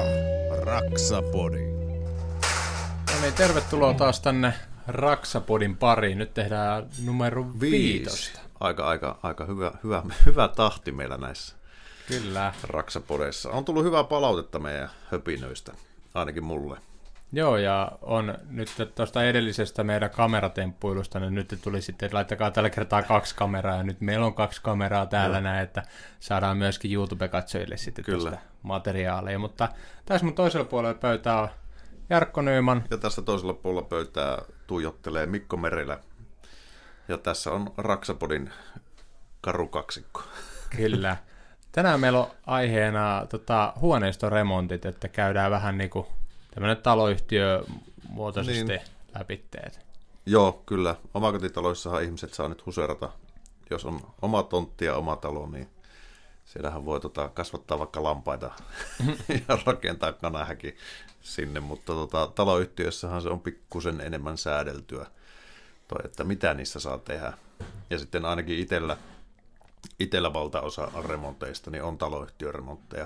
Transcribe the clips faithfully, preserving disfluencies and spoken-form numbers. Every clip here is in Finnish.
Raksapodi. No niin, tervetuloa taas tänne Raksapodin pariin. Nyt tehdään numero viitosta. Aika, aika, aika hyvä, hyvä, hyvä tahti meillä näissä Kyllä. Raksapodeissa. On tullut hyvää palautetta meidän höpinöistä, ainakin mulle. Joo, ja on nyt tuosta edellisestä meidän kameratemppuilusta, niin nyt tuli sitten, että laittakaa tällä kertaa kaksi kameraa, ja nyt meillä on kaksi kameraa täällä Joo. näin, että saadaan myöskin YouTube-katsojille sitten Kyllä. tästä materiaalia. Mutta tässä mun toisella puolella pöytää on Jarkko Nyman. Ja tässä toisella puolella pöytää tuijottelee Mikko Merilä. Ja tässä on Raksapodin karukaksikko. Kyllä. Tänään meillä on aiheena tota, huoneistoremontit, että käydään vähän niin kuin tämmöinen taloyhtiömuotoisesti niin läpitteet. Joo, kyllä. Omakotitaloissahan ihmiset saa nyt huserata. Jos on oma tontti ja oma talo, niin siellähän voi tota, kasvattaa vaikka lampaita ja rakentaa kanahäkin sinne, mutta tota, taloyhtiössähän se on pikkusen enemmän säädeltyä, toi, että mitä niissä saa tehdä. Ja sitten ainakin itsellä, itsellä valtaosa remonteista niin on taloyhtiöremontteja.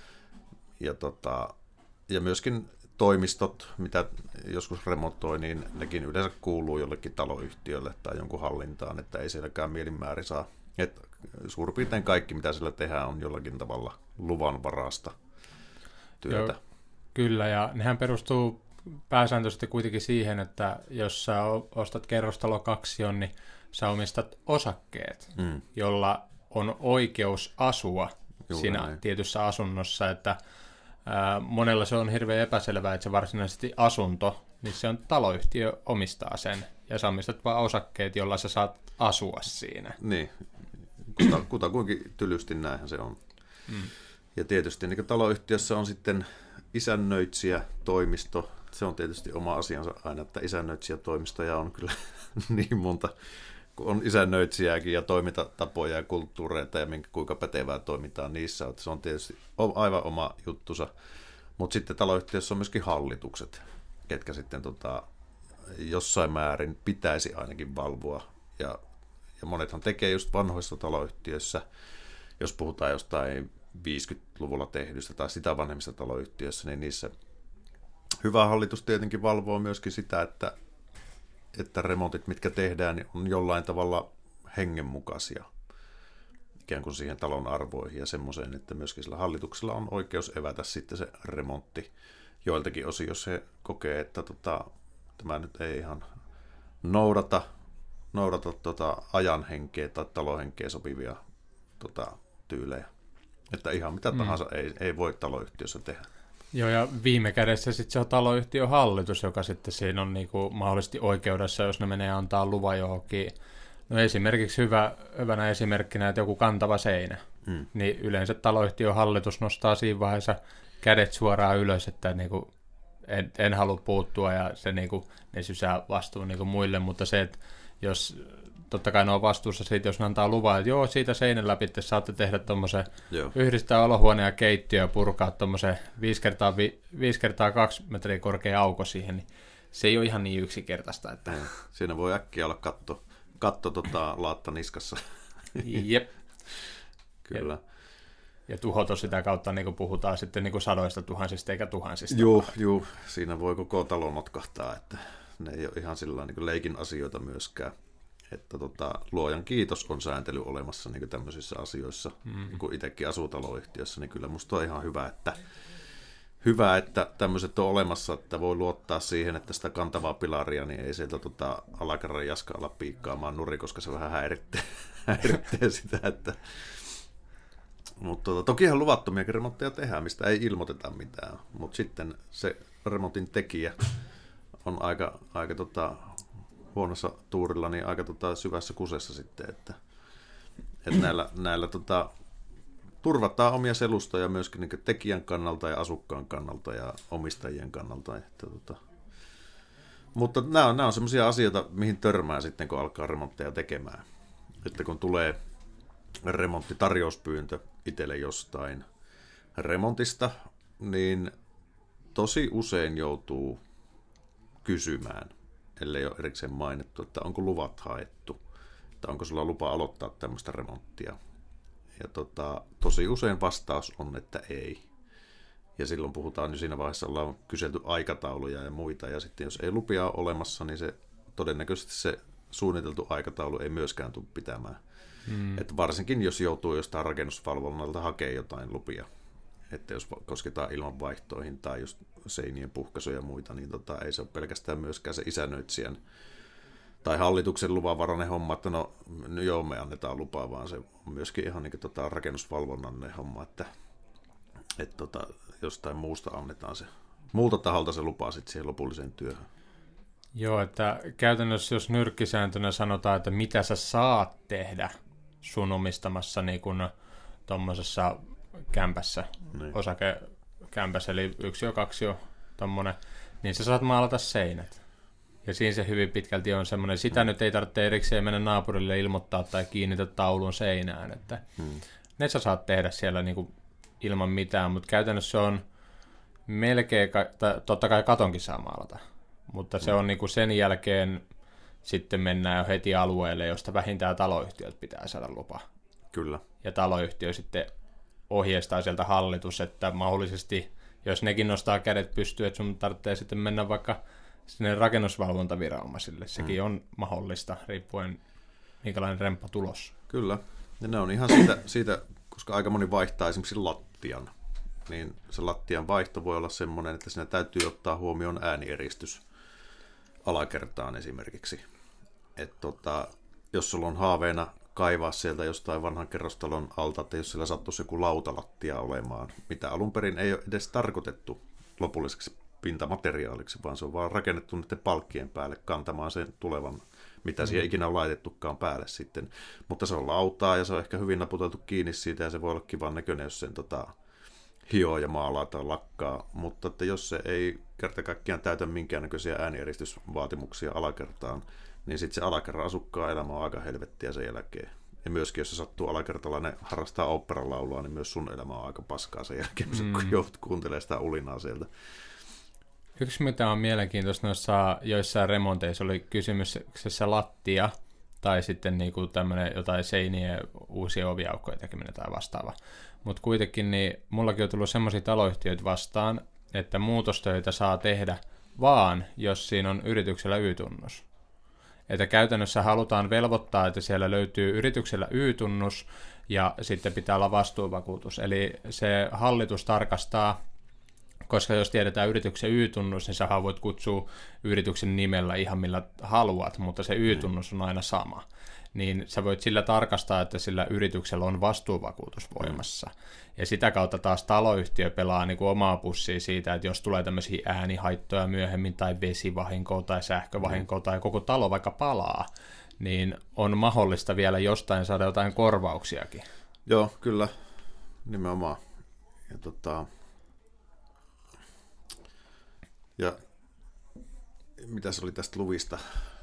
Ja, tota, ja myöskin toimistot, mitä joskus remontoi, niin nekin yleensä kuuluu jollekin taloyhtiölle tai jonkun hallintaan, että ei sielläkään mielinmäärin saa. Et suurin piirtein kaikki, mitä sillä tehdään, on jollakin tavalla luvanvarasta työtä. Joo, kyllä, ja nehän perustuu pääsääntöisesti kuitenkin siihen, että jos sä ostat kerrostalo kaksion, niin sä omistat osakkeet, mm. jolla on oikeus asua Juuri siinä näin. Tietyssä asunnossa, että ää, monella se on hirveän epäselvää, että se varsinaisesti asunto, niin se on taloyhtiö omistaa sen, ja sä omistat vaan osakkeet, jolla sä saat asua siinä. Niin, kuta, kutakuinkin tylysti näinhän se on. Mm. Ja tietysti niin taloyhtiössä on sitten isännöitsijä, toimisto. Se on tietysti oma asiansa aina, että isännöitsijä, toimistoja on kyllä niin monta, kun on isännöitsijääkin ja toimintatapoja ja kulttuureita ja minkä, kuinka pätevää toimitaan niissä. Että se on tietysti aivan oma juttusa. Mutta sitten taloyhtiössä on myöskin hallitukset, ketkä sitten tota, jossain määrin pitäisi ainakin valvoa. Ja, ja monethan tekee just vanhoissa taloyhtiöissä, jos puhutaan jostain viisikymmentäluvulla tehdystä tai sitä vanhemmista taloyhtiöissä, niin niissä hyvä hallitus tietenkin valvoo myöskin sitä, että, että remontit, mitkä tehdään, niin on jollain tavalla hengenmukaisia ikään kuin siihen talon arvoihin ja semmoiseen, että myöskin sillä hallituksella on oikeus evätä sitten se remontti joiltakin osin, jos he kokee, että tota, tämä nyt ei ihan noudata, noudata tota ajan henkeä tai talohenkeä sopivia tota, tyylejä. Että ihan mitä tahansa mm. ei, ei voi taloyhtiössä tehdä. Joo, ja viime kädessä sitten se on taloyhtiön hallitus, joka sitten siinä on niinku mahdollisesti oikeudessa, jos ne menee antaa luvan johonkin. No esimerkiksi hyvä, hyvänä esimerkkinä, että joku kantava seinä. Mm. Niin yleensä taloyhtiön hallitus nostaa siinä vaiheessa kädet suoraan ylös, että niinku en, en halua puuttua, ja se niinku, ne sysää vastuun niinku muille, mutta se, että jos totta kai ne on vastuussa siitä, jos ne antaa luvan, että joo, siitä seinän läpi te saatte tehdä tuommoisen, yhdistää olohuone ja keittiö ja purkaa tuommoisen viisi kertaa kaksi metriä korkea auko siihen, niin se ei ole ihan niin yksinkertaista. Että... Siinä voi äkkiä olla katto, katto tota, laatta niskassa. Jep. Kyllä. Ja, ja tuhota sitä kautta, niin kuin puhutaan sitten niin kuin sadoista tuhansista eikä tuhansista. Joo, joo, siinä voi koko talo notkahtaa, että ne ei ole ihan sillä niin kuin leikin asioita myöskään. Että tota, luojan kiitos on sääntely olemassa niin tämmöisissä asioissa. Mm-hmm. Kun itsekin asuu taloyhtiössä, niin kyllä musta on ihan hyvä, että, hyvä, että tämmöiset on olemassa, että voi luottaa siihen, että sitä kantavaa pilaria niin ei sieltä tota, alakerran jaska olla piikkaamaan nuri, koska se vähän häiritsee, häiritsee sitä. Että... Mutta tota, tokihan luvattomiakin remontteja tehdään, mistä ei ilmoiteta mitään. Mutta sitten se remontin tekijä on aika... aika tota, huonossa tuurilla, niin aika tota, syvässä kusessa sitten, että, että näillä, näillä tota, turvataan omia selustoja myöskin niin tekijän kannalta ja asukkaan kannalta ja omistajien kannalta. Että, tota. Mutta nämä on, nämä on sellaisia asioita, mihin törmää sitten, kun alkaa remontteja tekemään. Että kun tulee remonttitarjouspyyntö itselle jostain remontista, niin tosi usein joutuu kysymään, ellei ole erikseen mainittu, että onko luvat haettu, että onko sulla lupa aloittaa tämmöistä remonttia. Ja tota, tosi usein vastaus on, että ei. Ja silloin puhutaan, niin siinä vaiheessa ollaan kyselty aikatauluja ja muita, ja sitten jos ei lupia ole olemassa, niin se todennäköisesti se suunniteltu aikataulu ei myöskään tule pitämään. Mm. Että varsinkin jos joutuu jostain rakennusvalvonnalta hakemaan jotain lupia, että jos kosketaan ilmanvaihtoihin tai just seinien puhkaisuja ja muita, niin tota, ei se ole pelkästään myöskään se isännöitsijän tai hallituksen luvanvarainen homma, että no, no joo, me annetaan lupaa, vaan se on myöskin ihan niin kuin tota rakennusvalvonnan homma, että et tota, jostain muusta annetaan se, muulta taholta se lupaa sitten siihen lopulliseen työhön. Joo, että käytännössä jos nyrkkisääntönä sanotaan, että mitä sä saat tehdä sun omistamassa niin kun tommosessa kämpässä, niin. osakekämpässä, eli yksi jo, kaksi jo, tommonen, niin sä saat maalata seinät. Ja siinä se hyvin pitkälti on semmoinen, sitä hmm. nyt ei tarvitse erikseen mennä naapurille ilmoittaa tai kiinnitä taulun seinään, että hmm. ne sä saat tehdä siellä niin kuin ilman mitään, mutta käytännössä on melkein, tai totta kai katonkin saa maalata, mutta se on niin kuin sen jälkeen sitten mennään jo heti alueelle, josta vähintään taloyhtiöt pitää saada lupa. Kyllä. Ja taloyhtiö sitten ohjeistaa sieltä hallitus, että mahdollisesti, jos nekin nostaa kädet pystyyn, että sun tarvitsee sitten mennä vaikka sinne rakennusvalvontaviranomaisille. Sekin hmm. on mahdollista, riippuen minkälainen remppa tulos. Kyllä. Ja ne on ihan siitä, siitä, koska aika moni vaihtaa esimerkiksi lattian, niin se lattian vaihto voi olla semmoinen, että siinä täytyy ottaa huomioon äänieristys alakertaan esimerkiksi. Et tota, jos sulla on haaveena kaivaa sieltä jostain vanhan kerrostalon alta, että jos siellä sattuisi joku lautalattia olemaan, mitä alun perin ei ole edes tarkoitettu lopulliseksi pintamateriaaliksi, vaan se on vaan rakennettu niiden palkkien päälle kantamaan sen tulevan, mitä siihen ikinä on laitettukaan päälle sitten. Mutta se on lautaa ja se on ehkä hyvin naputeltu kiinni siitä ja se voi olla kivan näköinen, jos sen tota, hioo ja maalaa tai lakkaa. Mutta että jos se ei kerta kaikkiaan täytä minkäännäköisiä äänieristysvaatimuksia alakertaan, niin sitten se alakerran asukkaan elämä on aika helvettiä sen jälkeen. Ja myöskin, jos se sattuu alakertalainen harrastaa oopperalaulua, niin myös sun elämä on aika paskaa sen jälkeen, mm. kun joudut kuuntelemaan sitä ulinaa sieltä. Yksi, mitä on mielenkiintoista noissa joissain remonteissa, oli kysymyksessä lattia tai sitten niinku tämmöinen jotain seinien uusia oviaukkoja tekeminen tai vastaava. Mutta kuitenkin niin mullakin on tullut semmoisia taloyhtiöitä vastaan, että muutostöitä saa tehdä vaan, jos siinä on yrityksellä Y-tunnus. Että käytännössä halutaan velvoittaa, että siellä löytyy yrityksellä Y-tunnus ja sitten pitää olla vastuuvakuutus. Eli se hallitus tarkastaa, koska jos tiedetään yrityksen Y-tunnus, niin sä voit kutsua yrityksen nimellä ihan millä haluat, mutta se Y-tunnus on aina sama. Niin sä voit sillä tarkastaa, että sillä yrityksellä on vastuuvakuutus voimassa. Ja sitä kautta taas taloyhtiö pelaa niin kuin omaa pussia siitä, että jos tulee tämmöisiä äänihaittoja myöhemmin, tai vesivahinkoa, tai sähkövahinkoa, tai koko talo vaikka palaa, niin on mahdollista vielä jostain saada jotain korvauksiakin. Joo, kyllä, nimenomaan. Ja tota... Ja mitä se oli tästä luvista?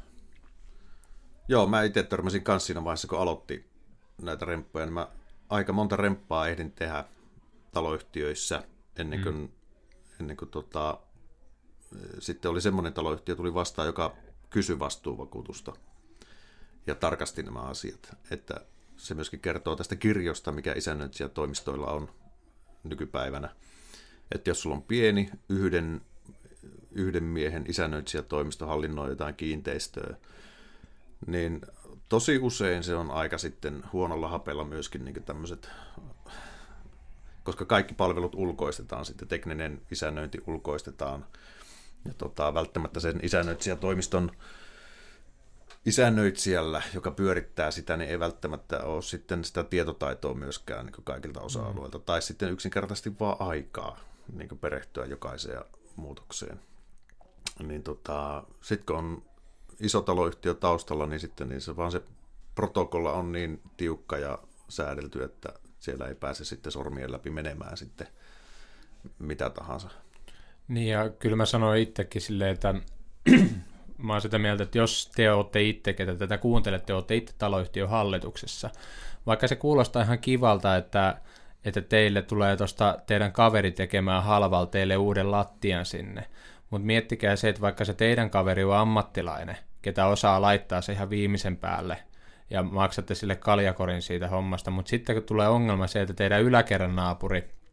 Joo, mä itse törmäsin kanssa siinä vaiheessa, kun aloitti näitä remppoja, niin mä aika monta remppaa ehdin tehdä taloyhtiöissä ennen kuin, mm. ennen kuin tota, sitten oli semmoinen taloyhtiö tuli vastaan, joka kysyi vastuuvakuutusta ja tarkasti nämä asiat. Että se myöskin kertoo tästä kirjosta, mikä isännöitsijätoimistoilla on nykypäivänä. Että jos sulla on pieni yhden yhden miehen isännöitsijätoimisto hallinnoi jotain kiinteistöä, niin tosi usein se on aika sitten huonolla hapella myöskin niin tämmöiset, koska kaikki palvelut ulkoistetaan, sitten tekninen isännöinti ulkoistetaan, ja tota, välttämättä sen isännöitsijätoimiston isännöitsijällä, joka pyörittää sitä, niin ei välttämättä ole sitten sitä tietotaitoa myöskään niin kaikilta osa-alueilta, mm. tai sitten yksinkertaisesti vaan aikaa niin perehtyä jokaiseen muutokseen. Niin tota, sitten kun on iso taloyhtiö taustalla, niin sitten niin se, vaan se protokolla on niin tiukka ja säädelty, että siellä ei pääse sitten sormien läpi menemään sitten mitä tahansa. Niin ja kyllä mä sanoin itsekin silleen, että mä oon sitä mieltä, että jos te olette itse, ketä tätä kuuntelette, olette itse taloyhtiön hallituksessa, vaikka se kuulostaa ihan kivalta, että, että teille tulee tuosta teidän kaveri tekemään halvalla teille uuden lattian sinne, mutta miettikää se, että vaikka se teidän kaveri on ammattilainen, ketä osaa laittaa se ihan viimeisen päälle, ja maksatte sille kaljakorin siitä hommasta, mutta sitten kun tulee ongelma se, että teidän yläkerran naapuri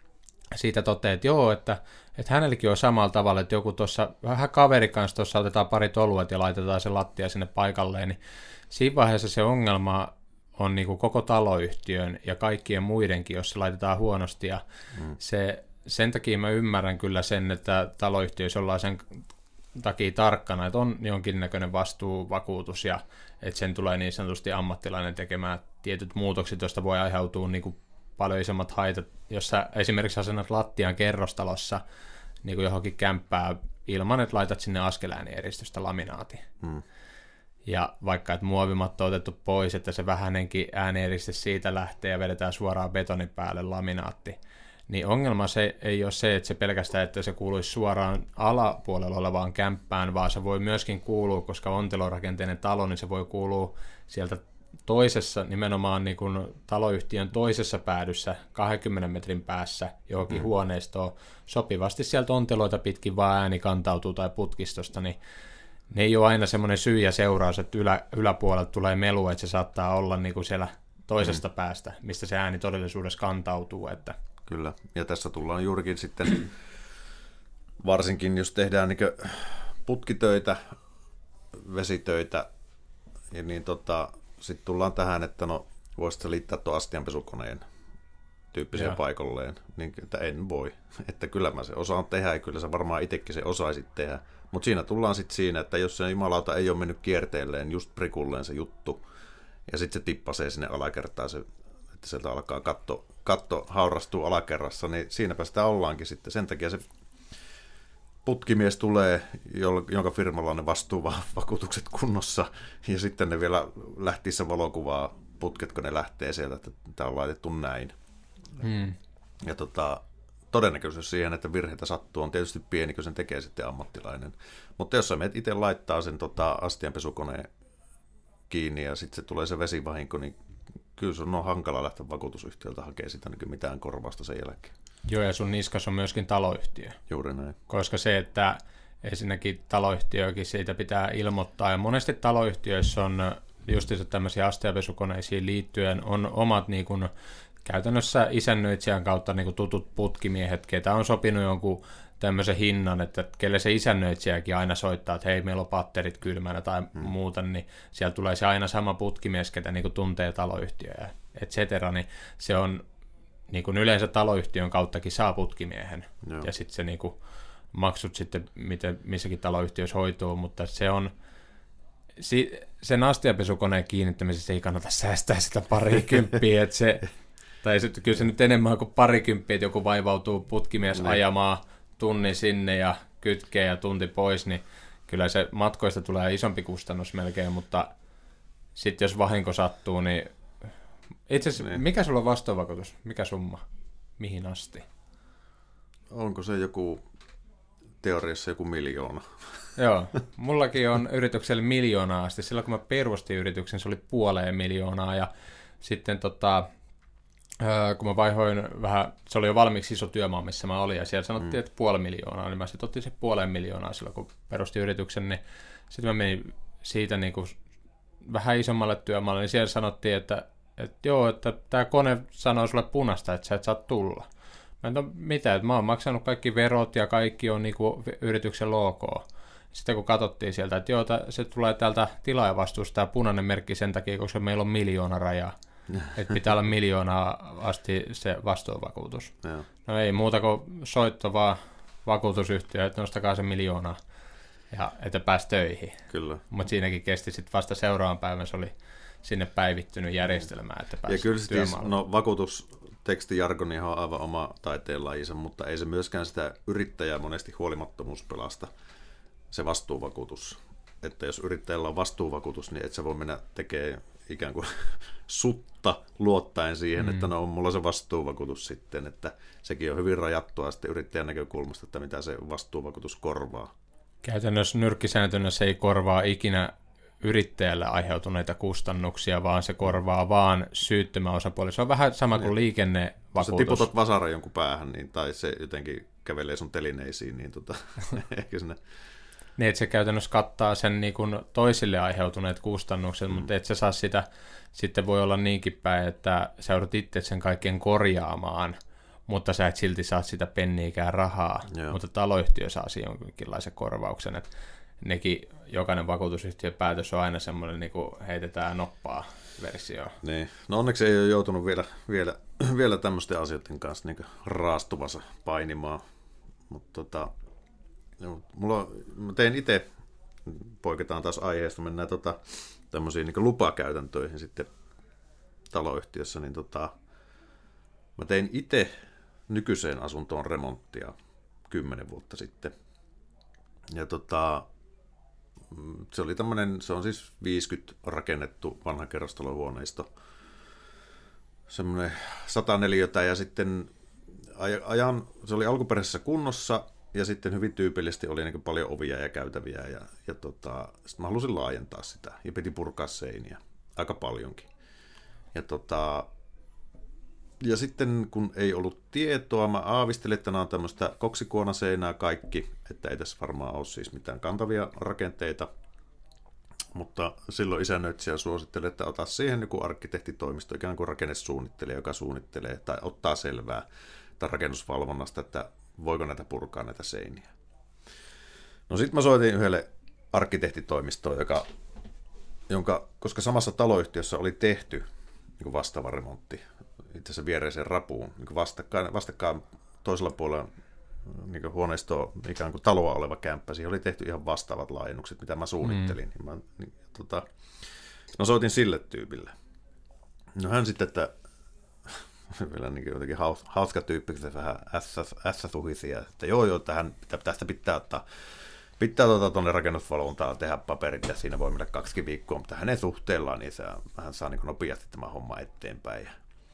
siitä toteaa, että joo, että, että hänelläkin on samalla tavalla, että joku tuossa, vähän kaveri kanssa tuossa otetaan parit oluet ja laitetaan se lattia sinne paikalleen, niin siinä vaiheessa se ongelma on niin kuin koko taloyhtiön ja kaikkien muidenkin, jos se laitetaan huonosti, ja mm. se, sen takia mä ymmärrän kyllä sen, että taloyhtiöissä ollaan sen takia tarkkana, että on jonkinnäköinen vastuuvakuutus ja että sen tulee niin sanotusti ammattilainen tekemään tietyt muutokset, joista voi aiheutua niin kuin paljon isommat haitat. Jos sä esimerkiksi asennat lattian kerrostalossa niin kuin johonkin kämppää ilman, että laitat sinne askeläänieristystä laminaatin. Hmm. Ja vaikka että muovimatto on otettu pois, että se vähänenkin äänieriste siitä lähtee ja vedetään suoraan betonin päälle laminaatti, niin ongelma se ei ole se, että se pelkästään, että se kuuluisi suoraan alapuolella olevaan kämppään, vaan se voi myöskin kuulua, koska ontelorakenteinen talo, niin se voi kuulua sieltä toisessa, nimenomaan niin kuin taloyhtiön toisessa päädyssä, kahdenkymmenen metrin päässä johonkin mm. huoneistoon, sopivasti sieltä onteloita pitkin vaan ääni kantautuu tai putkistosta, niin ne ei ole aina semmoinen syy ja seuraus, että ylä, yläpuolelta tulee melu, että se saattaa olla niin kuin siellä toisesta mm. päästä, mistä se ääni todellisuudessa kantautuu, että kyllä, ja tässä tullaan juurikin sitten, varsinkin jos tehdään niin putkitöitä, vesitöitä, niin tota, sitten tullaan tähän, että no voisitko liittää tuon astianpesukoneen tyyppiseen ja paikalleen, niin että en voi. Että kyllä mä se osaan tehdä, ja kyllä sä varmaan itsekin se osaisit tehdä. Mutta siinä tullaan sitten siinä, että jos se jumalauta ei ole mennyt kierteelleen, just prikulleen se juttu, ja sitten se tippasee sinne alakertaan, se, että sieltä alkaa katto, katto haurastuu alakerrassa, niin siinäpä sitä ollaankin sitten. Sen takia se putkimies tulee, jonka firmalla on ne vastuuvakuutukset kunnossa, ja sitten ne vielä lähtiessä valokuvaa putket, kun ne lähtee sieltä, että tämä on laitettu näin. Hmm. Ja tota, todennäköisyys siihen, että virheitä sattuu, on tietysti pieni, kun sen tekee sitten ammattilainen. Mutta jos sä menet itse laittaa sen tota, astianpesukoneen kiinni, ja sitten se tulee se vesivahinko, niin kyllä sun on hankala lähteä vakuutusyhtiöltä hakemaan sitä niin mitään korvausta sen jälkeen. Joo, ja sun niskas on myöskin taloyhtiö. Juuri näin. Koska se, että ensinnäkin taloyhtiökin siitä pitää ilmoittaa, ja monesti taloyhtiöissä on just tämmöisiä astianpesukoneisiin liittyen on omat niin kuin, käytännössä isännöitsijän kautta niin kuin tutut putkimiehet, ketä on sopinut jonkun tämmöisen hinnan, että kelle se isännöitsijäkin aina soittaa, että hei, meillä on patterit kylmänä tai hmm. muuta, niin siellä tulee se aina sama putkimies, ketä niin kuin tuntee taloyhtiöä, et cetera, niin se on niin kuin yleensä taloyhtiön kauttakin saa putkimiehen, Joo. ja sitten se niin kuin maksut sitten, miten missäkin taloyhtiössä hoituu, mutta se on, si, sen astianpesukoneen kiinnittämisessä ei kannata säästää sitä parikymppiä, että se, tai sitten kyllä se nyt enemmän kuin parikymppiä, että joku vaivautuu putkimies ne. ajamaan tunnin sinne ja kytkee ja tunti pois, niin kyllä se matkoista tulee isompi kustannus melkein, mutta sitten jos vahinko sattuu, niin itse asiassa, mikä sulla on vastuuvakuutus? Mikä summa? Mihin asti? Onko se joku, teoriassa joku miljoona? Joo, mullakin on yritykselle miljoonaa asti. Silloin kun mä perustin yrityksen, se oli puoleen miljoonaa, ja sitten tota, kun mä vaihoin vähän, se oli jo valmiiksi iso työmaa, missä mä olin, ja siellä sanottiin, mm. että puoli miljoonaa, niin mä sitten otin se puoleen miljoonaa silloin, kun perustin yrityksen, niin sitten mä menin siitä niin kuin vähän isommalle työmaalle, niin siellä sanottiin, että että joo, että tämä kone sanoo sulle punasta, että sä et saa tulla. Mä en no mitä, että mä oon maksanut kaikki verot ja kaikki on niinku yrityksen logoa. Sitten kun katsottiin sieltä, että joo, se tulee täältä tilaajavastuusta tämä punainen merkki sen takia, koska meillä on miljoona rajaa. Että pitää olla miljoonaa asti se vastuuvakuutus. No ei muuta kuin soitto vaan vakuutusyhtiö, että nostakaa se miljoonaa ja että pääsi töihin. Kyllä. Mutta siinäkin kesti sitten vasta seuraavan päivän, se oli sinne päivittynyt järjestelmää, että pääsi työmaalle. No vakuutustekstijargonihan on aivan oma taiteenlajinsa, mutta ei se myöskään sitä yrittäjää monesti huolimattomuus pelasta, se vastuuvakuutus. Että jos yrittäjällä on vastuuvakuutus, niin et sä voi mennä tekemään ikään kuin sutta luottaen siihen, mm. että no on mulla se vastuuvakuutus sitten, että sekin on hyvin rajattua sitten yrittäjän näkökulmasta, että mitä se vastuuvakuutus korvaa. Käytännössä nyrkkisääntönä se ei korvaa ikinä yrittäjälle aiheutuneita kustannuksia, vaan se korvaa vaan syyttömäosapuoli. Se on vähän sama kuin liikennevakuutus. Jos tiputat vasaran jonkun päähän, niin, tai se jotenkin kävelee sun telineisiin, niin tota, ehkä sinne. Niin, että se käytännössä kattaa sen niin kuin toisille aiheutuneet kustannukset, mm. mutta et sä saa sitä, sitten voi olla niinkin päin, että sä joudut itse sen kaiken korjaamaan, mutta sä et silti saa sitä penniikään rahaa, Joo. mutta taloyhtiö saa siihen jonkinlaisen korvauksen, että nekin, jokainen vakuutusyhtiön päätös on aina semmoinen, niin kuin heitetään noppaa versio. Niin. No onneksi ei ole joutunut vielä, vielä, vielä tämmöisten asioiden kanssa niin raastuvassa painimaan, mutta tota, mulla, mä tein itse, poiketaan taas aiheesta, mennään tota, tämmöisiin niin lupakäytäntöihin sitten taloyhtiössä, niin tota, mä tein itse nykyiseen asuntoon remonttia kymmenen vuotta sitten. Ja tota, se oli tämmöinen, se on siis viisikymmentä rakennettu vanha kerrostalohuoneisto. Semmoinen sata neliötä ja sitten ajan, se oli alkuperäisessä kunnossa ja sitten hyvin tyypillisesti oli niin paljon ovia ja käytäviä ja, ja tota, sitten mä halusin laajentaa sitä ja piti purkaa seiniä aika paljonkin. Ja tota, Ja sitten kun ei ollut tietoa, mä aavistelin, että nämä on tämmöistä koksikuonaseinää kaikki, että ei tässä varmaan ole siis mitään kantavia rakenteita. Mutta silloin isännöitsijä suositteli, että ota siihen joku arkkitehtitoimisto, ikään kuin rakennesuunnittelija, joka suunnittelee tai ottaa selvää tai rakennusvalvonnasta, että voiko näitä purkaa näitä seiniä. No sitten mä soitin yhdelle arkkitehtitoimistoon, joka, jonka, koska samassa taloyhtiössä oli tehty niin vastaava remontti, itse asiassa viereiseen rapuun, niin vastakkain, vastakkain toisella puolella niin huoneistoa, ikään kuin taloa oleva kämppä, siihen oli tehty ihan vastaavat laajennukset, mitä mä suunnittelin. Mm. Niin mä, niin, tota, mä soitin sille tyypille. No hän sitten, että vielä niin jotenkin hauska tyyppi, se vähän ässätuhisia, että joo joo, tähän, tästä pitää ottaa Pitää tuota tuonne rakennusvalvontaan tehdä paperit, ja siinä voi mennä kaksi viikkoa, mutta hänen suhteellaan, niin hän saa niin nopeasti tämä homma eteenpäin. Ja,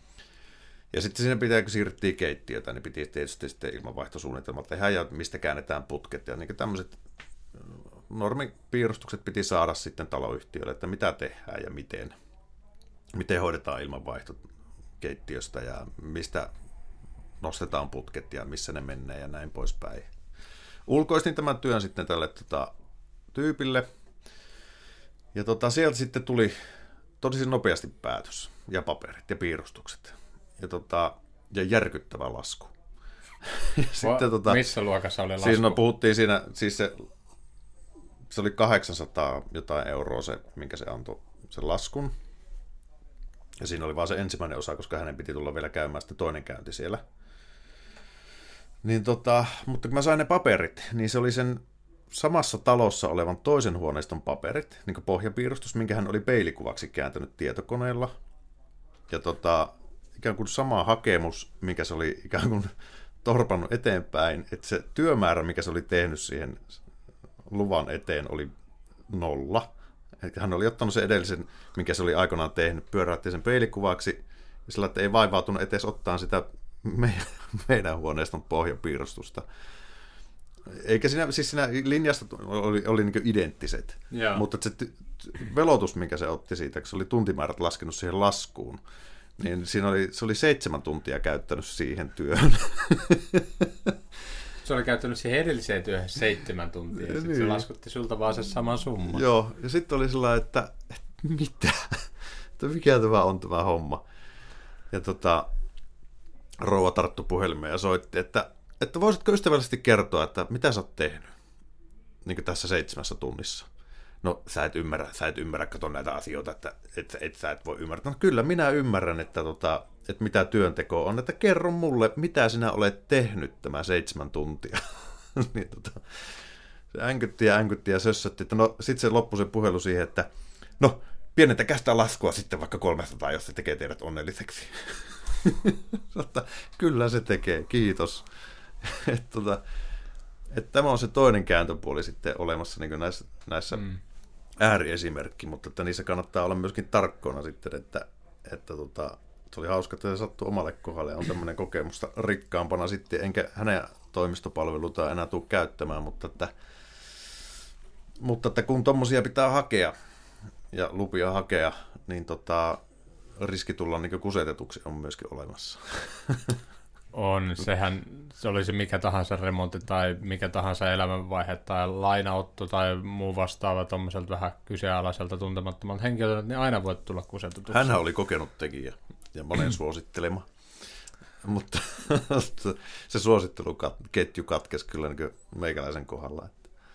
ja sitten siinä pitää, kun siirryttiin keittiötä, niin piti tietysti sitten ilmanvaihtosuunnitelmat tehdä, ja mistä käännetään putket, ja niin tämmöiset normipiirustukset piti saada sitten taloyhtiölle, että mitä tehdään ja miten, miten hoidetaan ilmanvaihto keittiöstä, ja mistä nostetaan putket, ja missä ne menee, ja näin poispäin. Ulkoistin tämän työn sitten tälle tota, tyypille, ja tota, sieltä sitten tuli todella nopeasti päätös, ja paperit, ja piirustukset, ja, tota, ja järkyttävä lasku. ja sitten, tota, missä luokassa oli lasku? Siis no, puhuttiin siinä, siis se, se oli kahdeksansataa jotain euroa se, minkä se antoi sen laskun, ja siinä oli vaan se ensimmäinen osa, koska hänen piti tulla vielä käymään sitten toinen käynti siellä. Niin tota, mutta kun mä sain ne paperit, niin se oli sen samassa talossa olevan toisen huoneiston paperit, niin kuin pohjapiirustus, minkä hän oli peilikuvaksi kääntänyt tietokoneella. Ja tota, ikään kuin sama hakemus, mikä se oli ikään kuin torpannut eteenpäin, että se työmäärä, mikä se oli tehnyt siihen luvan eteen, oli nolla. Eli hän oli ottanut sen edellisen, minkä se oli aikoinaan tehnyt, pyöräytti sen peilikuvaksi, ja sillä että ei vaivautunut etes ottaa sitä meidän, meidän huoneiston pohjapiirustusta. Eikä siinä, siis siinä linjasta oli, oli niin kuin identtiset, yeah. Mutta se t- velotus, minkä se otti siitä, kun se oli tuntimäärät laskenut siihen laskuun, niin siinä oli, se oli seitsemän tuntia käyttänyt siihen työhön. Se oli käyttänyt siihen edelliseen työhön seitsemän tuntia, ja sitten niin. Se laskutti sulta vaan se sama summa. Joo, ja sitten oli sellainen, että, että mitä? Että mikä tämä on tämä homma? Ja tota, rouva tarttui puhelimeen ja soitti, että, että voisitko ystävällisesti kertoa, että mitä sä oot tehnyt niin kuin tässä seitsemässä tunnissa? No, sä et ymmärrä, sä et ymmärrä kato näitä asioita, että et, et, sä et voi ymmärtää. No kyllä, minä ymmärrän, että, tota, että mitä työnteko on, että kerro mulle, mitä sinä olet tehnyt tämä seitsemän tuntia. niin, tota, se änkytti ja änkytti ja sössötti, että no, sitten se loppui se puhelu siihen, että no, pienentäkää sitä laskua sitten vaikka kolmesataa, jos se tekee teidät onnelliseksi. Sotta, kyllä se tekee, kiitos. et, tota, et tämä on se toinen kääntöpuoli sitten olemassa niin näissä, näissä mm. ääriesimerkki, mutta että niissä kannattaa olla myöskin tarkkona sitten, että, että tota, se oli hauska, että se sattui omalle kohdalle ja on tämmöinen kokemusta rikkaampana sitten, enkä hänen toimistopalveluita enää tule käyttämään, mutta että, mutta että kun tommosia pitää hakea ja lupia hakea, niin tota, riski tulla niin kusetetuksi on myöskin olemassa. On, sehän se oli se mikä tahansa remontti tai mikä tahansa elämänvaihe tai lainaotto tai muu vastaava tuommoiselta vähän kyseenalaiselta tuntemattomalta henkilöltä, niin aina voi tulla kusetetuksi. Hänhän oli kokenut tekijä ja monen suosittelema. mutta se suositteluketju katkesi kyllä niin meikäläisen kohdalla.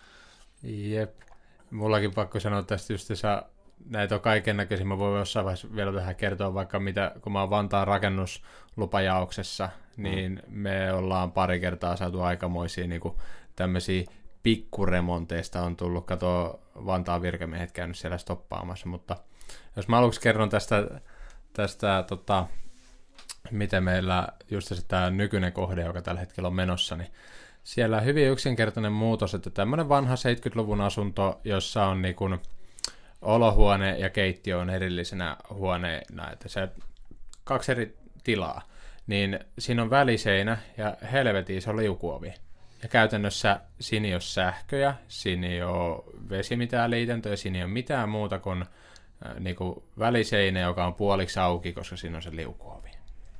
Jep. Mullakin pakko sanoa tästä just, että näitä on kaiken näköisiä. Mä voin jossain vaiheessa vielä vähän kertoa vaikka mitä, kun mä oon Vantaan rakennuslupajaoksessa, niin mm. me ollaan pari kertaa saatu aikamoisia niin kuin tämmöisiä pikkuremonteista on tullut, kato Vantaan virkamiehet käynyt siellä stoppaamassa, mutta jos mä aluksi kerron tästä, tästä tota, miten meillä just se tämä nykyinen kohde, joka tällä hetkellä on menossa, niin siellä on hyvin yksinkertainen muutos, että tämmöinen vanha seitsemänkymmentäluvun asunto, jossa on niin kuin olohuone ja keittiö on erillisenä huoneena, että se kaksi eri tilaa, niin siinä on väliseinä ja helvetin iso liukuovi. Ja käytännössä siinä ei ole sähköjä, siinä ei ole vesi mitään liitäntöä, siinä ei ole mitään muuta kuin, äh, niin kuin väliseinä, joka on puoliksi auki, koska siinä on se liukuovi.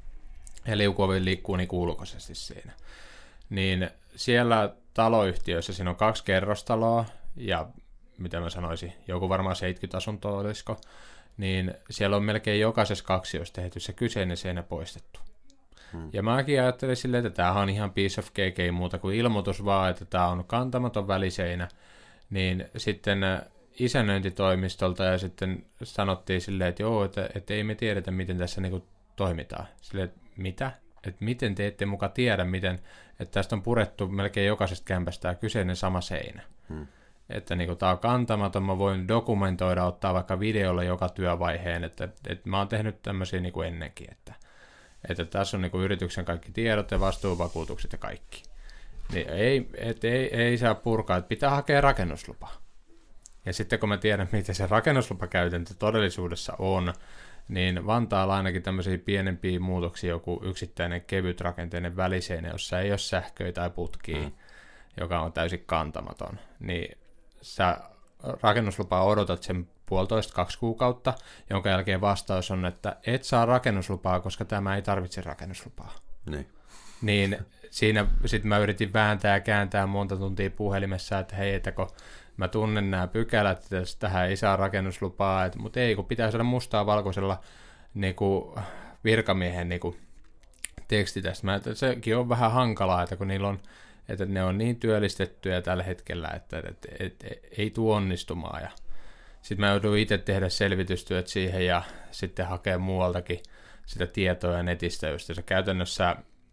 Ja liukuovi liikkuu niin ulkoisesti siinä. Niin siellä taloyhtiöissä siinä on kaksi kerrostaloa ja mitä mä sanoisin, joku varmaan seitsemänkymmentä asuntoa olisiko, niin siellä on melkein jokaisessa kaksiossa tehty se kyseinen seinä poistettu. Hmm. Ja mäkin ajattelin silleen, että tämähän on ihan piece of cake, ei muuta kuin ilmoitus vaan, että tämä on kantamaton väliseinä, niin sitten isännöintitoimistolta ja sitten sanottiin silleen, että joo, että, että ei me tiedetä, miten tässä niin kuin toimitaan. Silleen, että mitä? Että miten te ette muka tiedä, miten, että tästä on purettu melkein jokaisesta kämpästä tämä kyseinen sama seinä. Hmm. Että niin kuin, tämä on kantamaton, mä voin dokumentoida, ottaa vaikka videolla joka työvaiheen, että, että mä oon tehnyt tämmöisiä niin kuin ennenkin, että, että tässä on niin kuin yrityksen kaikki tiedot ja vastuuvakuutukset ja kaikki. Niin ei, et ei, ei saa purkaa, että pitää hakea rakennuslupa. Ja sitten kun mä tiedän, miten se rakennuslupakäytäntö todellisuudessa on, niin Vantaalla ainakin tämmöisiä pienempiä muutoksia, joku yksittäinen kevyt rakenteinen väliseinä, jossa ei ole sähköä tai putkia, mm. joka on täysin kantamaton, niin sä rakennuslupaa odotat sen puolitoista kaksi kuukautta, jonka jälkeen vastaus on, että et saa rakennuslupaa, koska tämä ei tarvitse rakennuslupaa. Niin. Niin siinä sitten mä yritin vääntää ja kääntää monta tuntia puhelimessa, että hei, että kun mä tunnen nämä pykälät, että tähän ei saa rakennuslupaa, että, mutta ei, kun pitää saada mustaa valkoisella niin kuin virkamiehen niin kuin teksti tästä. Mä, että sekin on vähän hankalaa, että kun niillä on, että ne on niin työllistettyjä tällä hetkellä, että, että, että, että, että ei tule onnistumaan. Ja sitten mä jouduin itse tehdä selvitystyöt siihen ja sitten hakea muualtakin sitä tietoa netistä, josta se käytännössä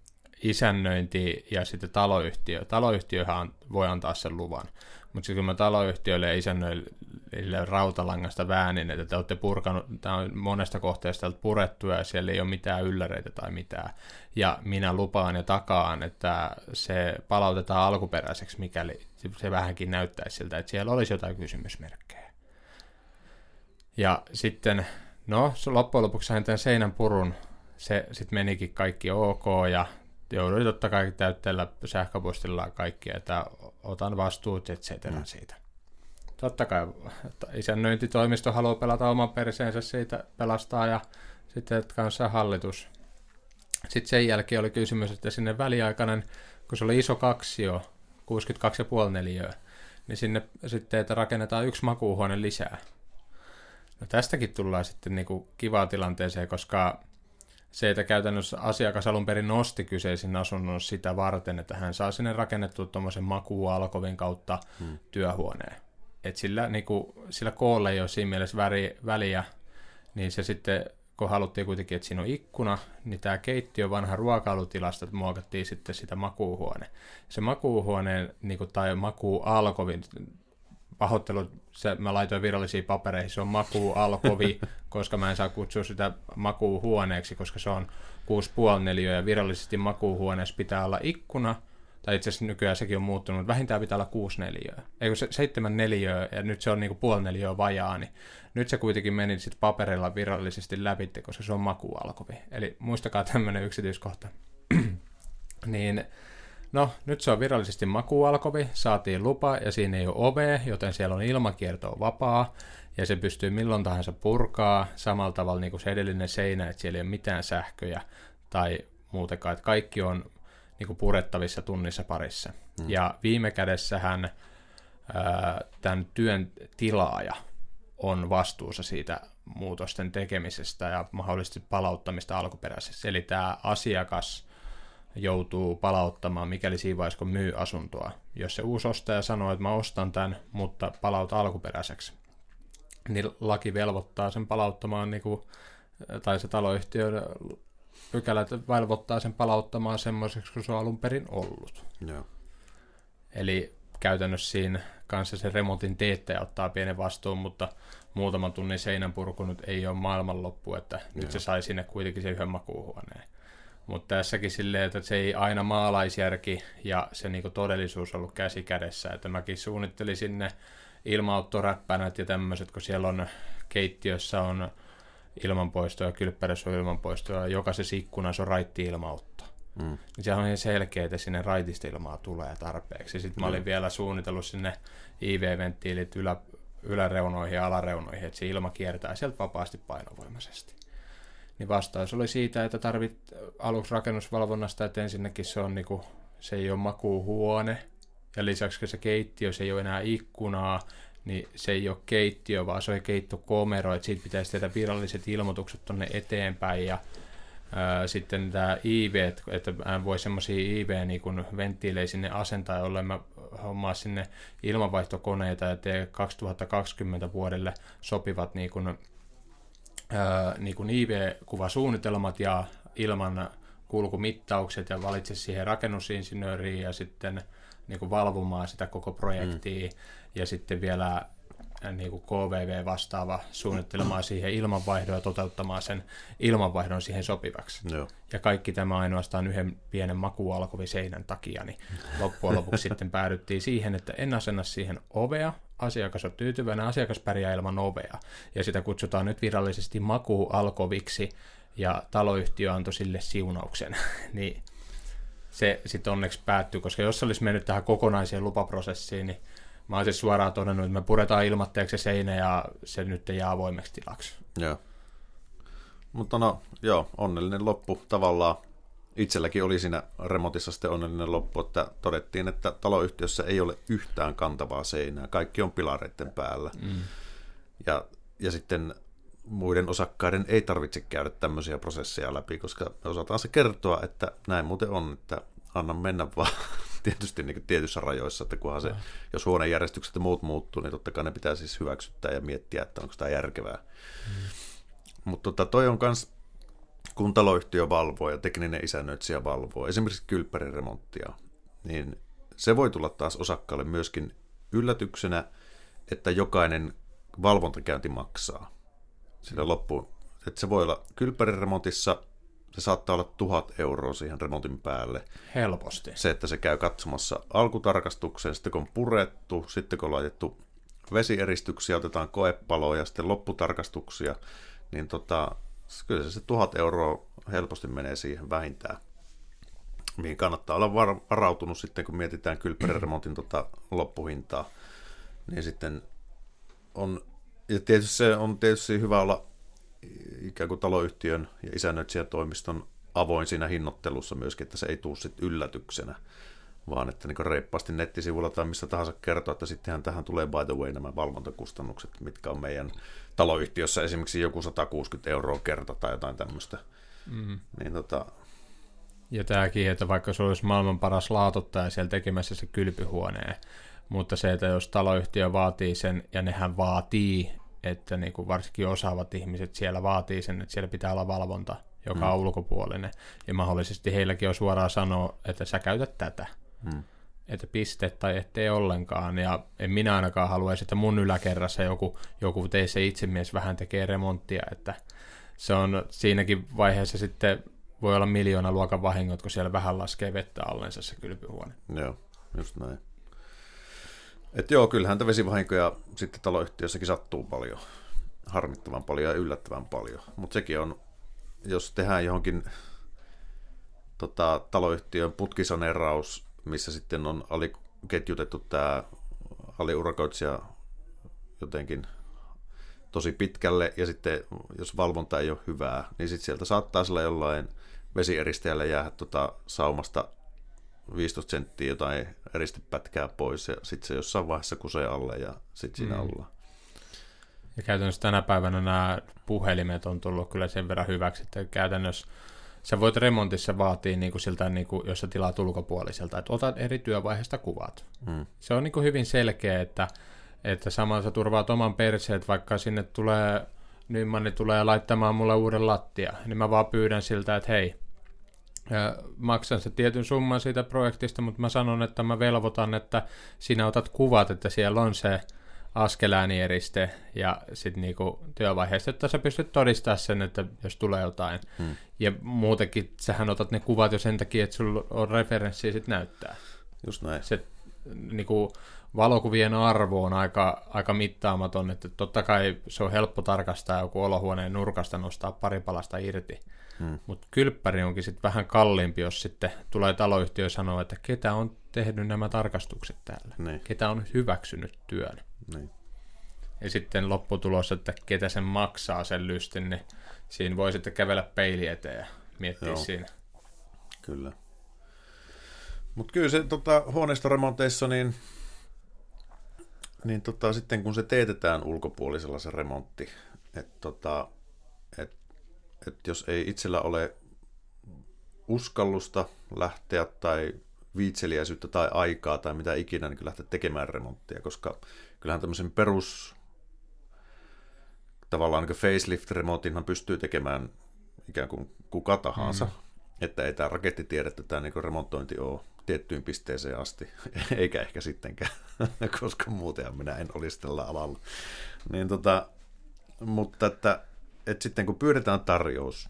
isännöinti ja sitten taloyhtiö. Taloyhtiöhän voi antaa sen luvan, mutta sitten kun mä taloyhtiöille ja isännöille rautalangasta väänin, että te olette purkanut, tämä on monesta kohteesta purettu ja siellä ei ole mitään ylläreitä tai mitään, ja minä lupaan ja takaan, että se palautetaan alkuperäiseksi, mikäli se vähänkin näyttäisi siltä, että siellä olisi jotain kysymysmerkkejä. Ja sitten, no loppujen lopuksi sain tämän seinän purun, se sitten menikin kaikki ok, ja jouduin totta kai täytteellä sähköpostilla kaikkia, että otan vastuut, et cetera mm. siitä. Totta kai isännöintitoimisto haluaa pelata oman perseensä siitä, pelastaa, ja sitten kanssa hallitus. Sitten sen jälkeen oli kysymys, että sinne väliaikainen, kun se oli iso kaksio, kuusikymmentäkaksi pilkku viisi neliöä, niin sinne sitten, että rakennetaan yksi makuuhuone lisää. No tästäkin tullaan sitten niinku kivaan tilanteeseen, koska se, että käytännössä asiakas alun perin nosti kyseisen asunnon sitä varten, että hän saa sinne rakennettua tuommoisen makuualkovin kautta hmm. työhuoneen. Et sillä, niin kuin, sillä koolla ei ole siinä mielessä väri, väliä, niin se sitten, kun haluttiin kuitenkin, että siinä on ikkuna, niin tämä keittiö vanha ruokailutilasta muokattiin sitten sitä makuuhuone. Se makuuhuoneen niin kuin, tai makuualkovin, pahoittelut, se, mä laitoin virallisiin papereihin, se on makuualkovi, koska mä en saa kutsua sitä makuuhuoneeksi, koska se on kuusi pilkku viisi neliöä ja virallisesti makuuhuoneessa pitää olla ikkuna, tai itse asiassa nykyään sekin on muuttunut, mutta vähintään pitää olla kuusi neliöä. Eikö se seitsemän neliöä ja nyt se on niinku puoli neliöä vajaa, niin nyt se kuitenkin meni sitten paperilla virallisesti läpi, koska se on makuualkovi. Eli muistakaa tämmöinen yksityiskohta. niin... No, nyt se on virallisesti makuualkovi, saatiin lupa ja siinä ei ole ove, joten siellä on ilmakierto vapaa ja se pystyy milloin tahansa purkaa samalla tavalla niin kuin se edellinen seinä, että siellä ei ole mitään sähköjä tai muutenkaan, että kaikki on niin kuin purettavissa tunnissa parissa. Hmm. Ja viime kädessähän ää, tämän työn tilaaja on vastuussa siitä muutosten tekemisestä ja mahdollisesti palauttamista alkuperäisessä. Eli tämä asiakas joutuu palauttamaan, mikäli siinä vaiheessa, kun myy asuntoa. Jos se uusi ostaja sanoo, että mä ostan tämän, mutta palauta alkuperäiseksi, niin laki velvoittaa sen palauttamaan, niin kuin, tai se taloyhtiön pykälät velvoittaa sen palauttamaan semmoiseksi, kun se on alun perin ollut. Joo. Eli käytännössä siinä kanssa se remontin teettäjä ottaa pienen vastuun, mutta muutaman tunnin seinänpurku nyt ei ole maailmanloppu, että Joo. nyt se sai sinne kuitenkin se yhden makuuhuoneen. Mutta tässäkin silleen, että se ei aina maalaisjärki ja se niinku todellisuus ollut käsi kädessä. Että mäkin suunnittelin sinne ilmaottoräppänät ja tämmöiset, kun siellä on keittiössä on ilmanpoistoja, kylppärissä on ilmanpoistoja ja jokaisessa ikkunassa on raitti-ilmaotto. Mm. Niin sehän on ihan selkeä, että sinne raitista ilmaa tulee tarpeeksi. Sitten mä olin mm. vielä suunnitellut sinne I V-venttiilit ylä, yläreunoihin ja alareunoihin, että se ilma kiertää sieltä vapaasti painovoimaisesti. Niin vastaus oli siitä, että tarvit aluksi rakennusvalvonnasta, että ensinnäkin se, on niinku, se ei ole makuuhuone, ja lisäksi se keittiö, se ei ole enää ikkunaa, niin se ei ole keittiö, vaan se on keittokomero, että siitä pitäisi tehdä viralliset ilmoitukset tuonne eteenpäin, ja ää, sitten tämä I V, että mä voi semmoisia I V-venttiilejä sinne asentaa, jolloin mä hommaa sinne ilmanvaihtokoneita ja tee kaksituhattakaksikymmentä vuodelle sopivat niin kuin, ää, niin kuin I V-kuvasuunnitelmat ja ilman kulkumittaukset ja valitse siihen rakennusinsinööriin ja sitten niin kuin valvomaan sitä koko projektia mm. ja sitten vielä niin kuin K V V vastaava suunnittelemaan siihen ilmanvaihdon ja toteuttamaan sen ilmanvaihdon siihen sopivaksi. Joo. Ja kaikki tämä ainoastaan yhden pienen makuualkoviseinän takia, niin loppujen lopuksi sitten päädyttiin siihen, että en asenna siihen ovea, asiakas on tyytyväinen, asiakas pärjää ilman ovea, ja sitä kutsutaan nyt virallisesti makuualkoviksi, ja taloyhtiö antoi sille siunauksen, niin se sitten onneksi päättyi, koska jos olisi mennyt tähän kokonaiseen lupaprosessiin, niin mä olisin suoraan todennut, että me puretaan ilmatteeksi se seinä ja se nyt jää avoimeksi tilaksi. Joo. Mutta no, joo, onnellinen loppu tavallaan. Itselläkin oli siinä remontissa sitten onnellinen loppu, että todettiin, että taloyhtiössä ei ole yhtään kantavaa seinää. Kaikki on pilareiden päällä. Mm. Ja, ja sitten muiden osakkaiden ei tarvitse käydä tämmöisiä prosesseja läpi, koska me osataan se kertoa, että näin muuten on, että anna mennä vaan tietysti niin kuin tietyissä rajoissa, että kunhan se, no. jos huonejärjestykset ja muut muuttuu, niin totta kai ne pitää siis hyväksyttää ja miettiä, että onko tämä järkevää. Mm. Mutta tota, toi on kans, kun taloyhtiö valvoo ja tekninen isännöitsijä valvoo, esimerkiksi kylppäriremonttia, niin se voi tulla taas osakkaalle myöskin yllätyksenä, että jokainen valvontakäynti maksaa. Sillä loppuun, että se voi olla kylppäriremontissa, se saattaa olla tuhat euroa siihen remontin päälle. Helposti. Se, että se käy katsomassa alkutarkastukseen, sitten kun on purettu, sitten kun on laitettu vesieristyksiä, otetaan koepaloja, sitten lopputarkastuksia, niin tota, kyllä se, se tuhat euroa helposti menee siihen vähintään. Mihin kannattaa olla var- varautunut sitten, kun mietitään kylppäriremontin tota loppuhintaa. Niin sitten on, ja tietysti se on tietysti hyvä olla ikään kuin taloyhtiön ja isännöitsijätoimiston avoin siinä hinnoittelussa myöskin, että se ei tule sitten yllätyksenä, vaan että niin reippaasti nettisivuilla tai missä tahansa kertoo, että sittenhän tähän tulee by the way nämä valvontakustannukset, mitkä on meidän taloyhtiössä esimerkiksi joku sata kuusikymmentä euroa kerta tai jotain tämmöistä. Mm. Niin tota... Ja tämäkin, että vaikka se olisi maailman paras laatottaja siellä tekemässä se kylpyhuoneen, mutta se, että jos taloyhtiö vaatii sen, ja nehän vaatii, että niin kuin varsinkin osaavat ihmiset siellä vaatii sen, että siellä pitää olla valvonta, joka on mm. ulkopuolinen, ja mahdollisesti heilläkin on suoraan sanoa, että sä käytät tätä, mm. että piste tai ettei ollenkaan, ja en minä ainakaan haluaisi, että mun yläkerrassa joku, joku teissä itsemies vähän tekee remonttia, että se on siinäkin vaiheessa sitten voi olla miljoona luokan vahingot, kun siellä vähän laskee vettä allensa se kylpyhuone. Joo, just näin. Että joo, kyllähän tämä vesivahinkoja sitten taloyhtiössäkin sattuu paljon, harmittavan paljon ja yllättävän paljon. Mutta sekin on, jos tehdään johonkin tota, taloyhtiön putkisaneeraus, missä sitten on aliketjutettu tämä aliurakoitsija jotenkin tosi pitkälle, ja sitten jos valvonta ei ole hyvää, niin sitten sieltä saattaa sillä jollain vesieristäjällä jäädä tota saumasta viisitoista senttiä jotain eristepätkää pois, ja sitten se jossain vaiheessa kusee alle, ja sitten siinä mm. ollaan. Ja käytännössä tänä päivänä nämä puhelimet on tullut kyllä sen verran hyväksi, että käytännössä sä voit remontissa vaatia niin kuin siltä, niin kuin, jos sä tilaat ulkopuoliselta, että otat eri työvaiheesta kuvat. Mm. Se on niin kuin hyvin selkeä, että, että samalla sä turvaat oman perseet, vaikka sinne tulee, Nymanni tulee laittamaan mulle uuden lattia, niin mä vaan pyydän siltä, että hei, maksan se tietyn summan siitä projektista, mutta mä sanon, että mä velvoitan, että sinä otat kuvat, että siellä on se askeläänieeriste ja sitten niinku työvaiheessa, että sä pystyt todistamaan sen, että jos tulee jotain. Hmm. Ja muutenkin sähän otat ne kuvat jo sen takia, että sulla on referenssiä sit näyttää. Just näin. Se niinku, valokuvien arvo on aika, aika mittaamaton, että totta kai se on helppo tarkastaa joku olohuoneen nurkasta nostaa pari palasta irti. Hmm. Mutta kylppäri onkin sitten vähän kalliimpi, jos sitten tulee taloyhtiö sanoa, että ketä on tehnyt nämä tarkastukset täällä, niin. Ketä on hyväksynyt työn. Niin. Ja sitten lopputulos, että ketä sen maksaa sen lystin, niin siinä voi sitten kävellä peili eteen ja miettiä Joo. siinä. Kyllä. Mutta kyllä se tota, huoneistoremonteissa, niin, niin tota, sitten kun se teetetään ulkopuolisella se remontti, että tota, et, et jos ei itsellä ole uskallusta lähteä tai viitseliäisyyttä tai aikaa tai mitä ikinä, niin kyllä lähteä tekemään remonttia, koska kyllähän tämmöisen perus tavallaan niin facelift-remontinhan pystyy tekemään ikään kuin kuka tahansa, mm. että ei tämä raketti tiedä, että tämä niin remontointi ole tiettyyn pisteeseen asti, eikä ehkä sittenkään, koska muutenhan minä en olisi tällä alalla. Niin tota, mutta että, että sitten kun pyydetään tarjous,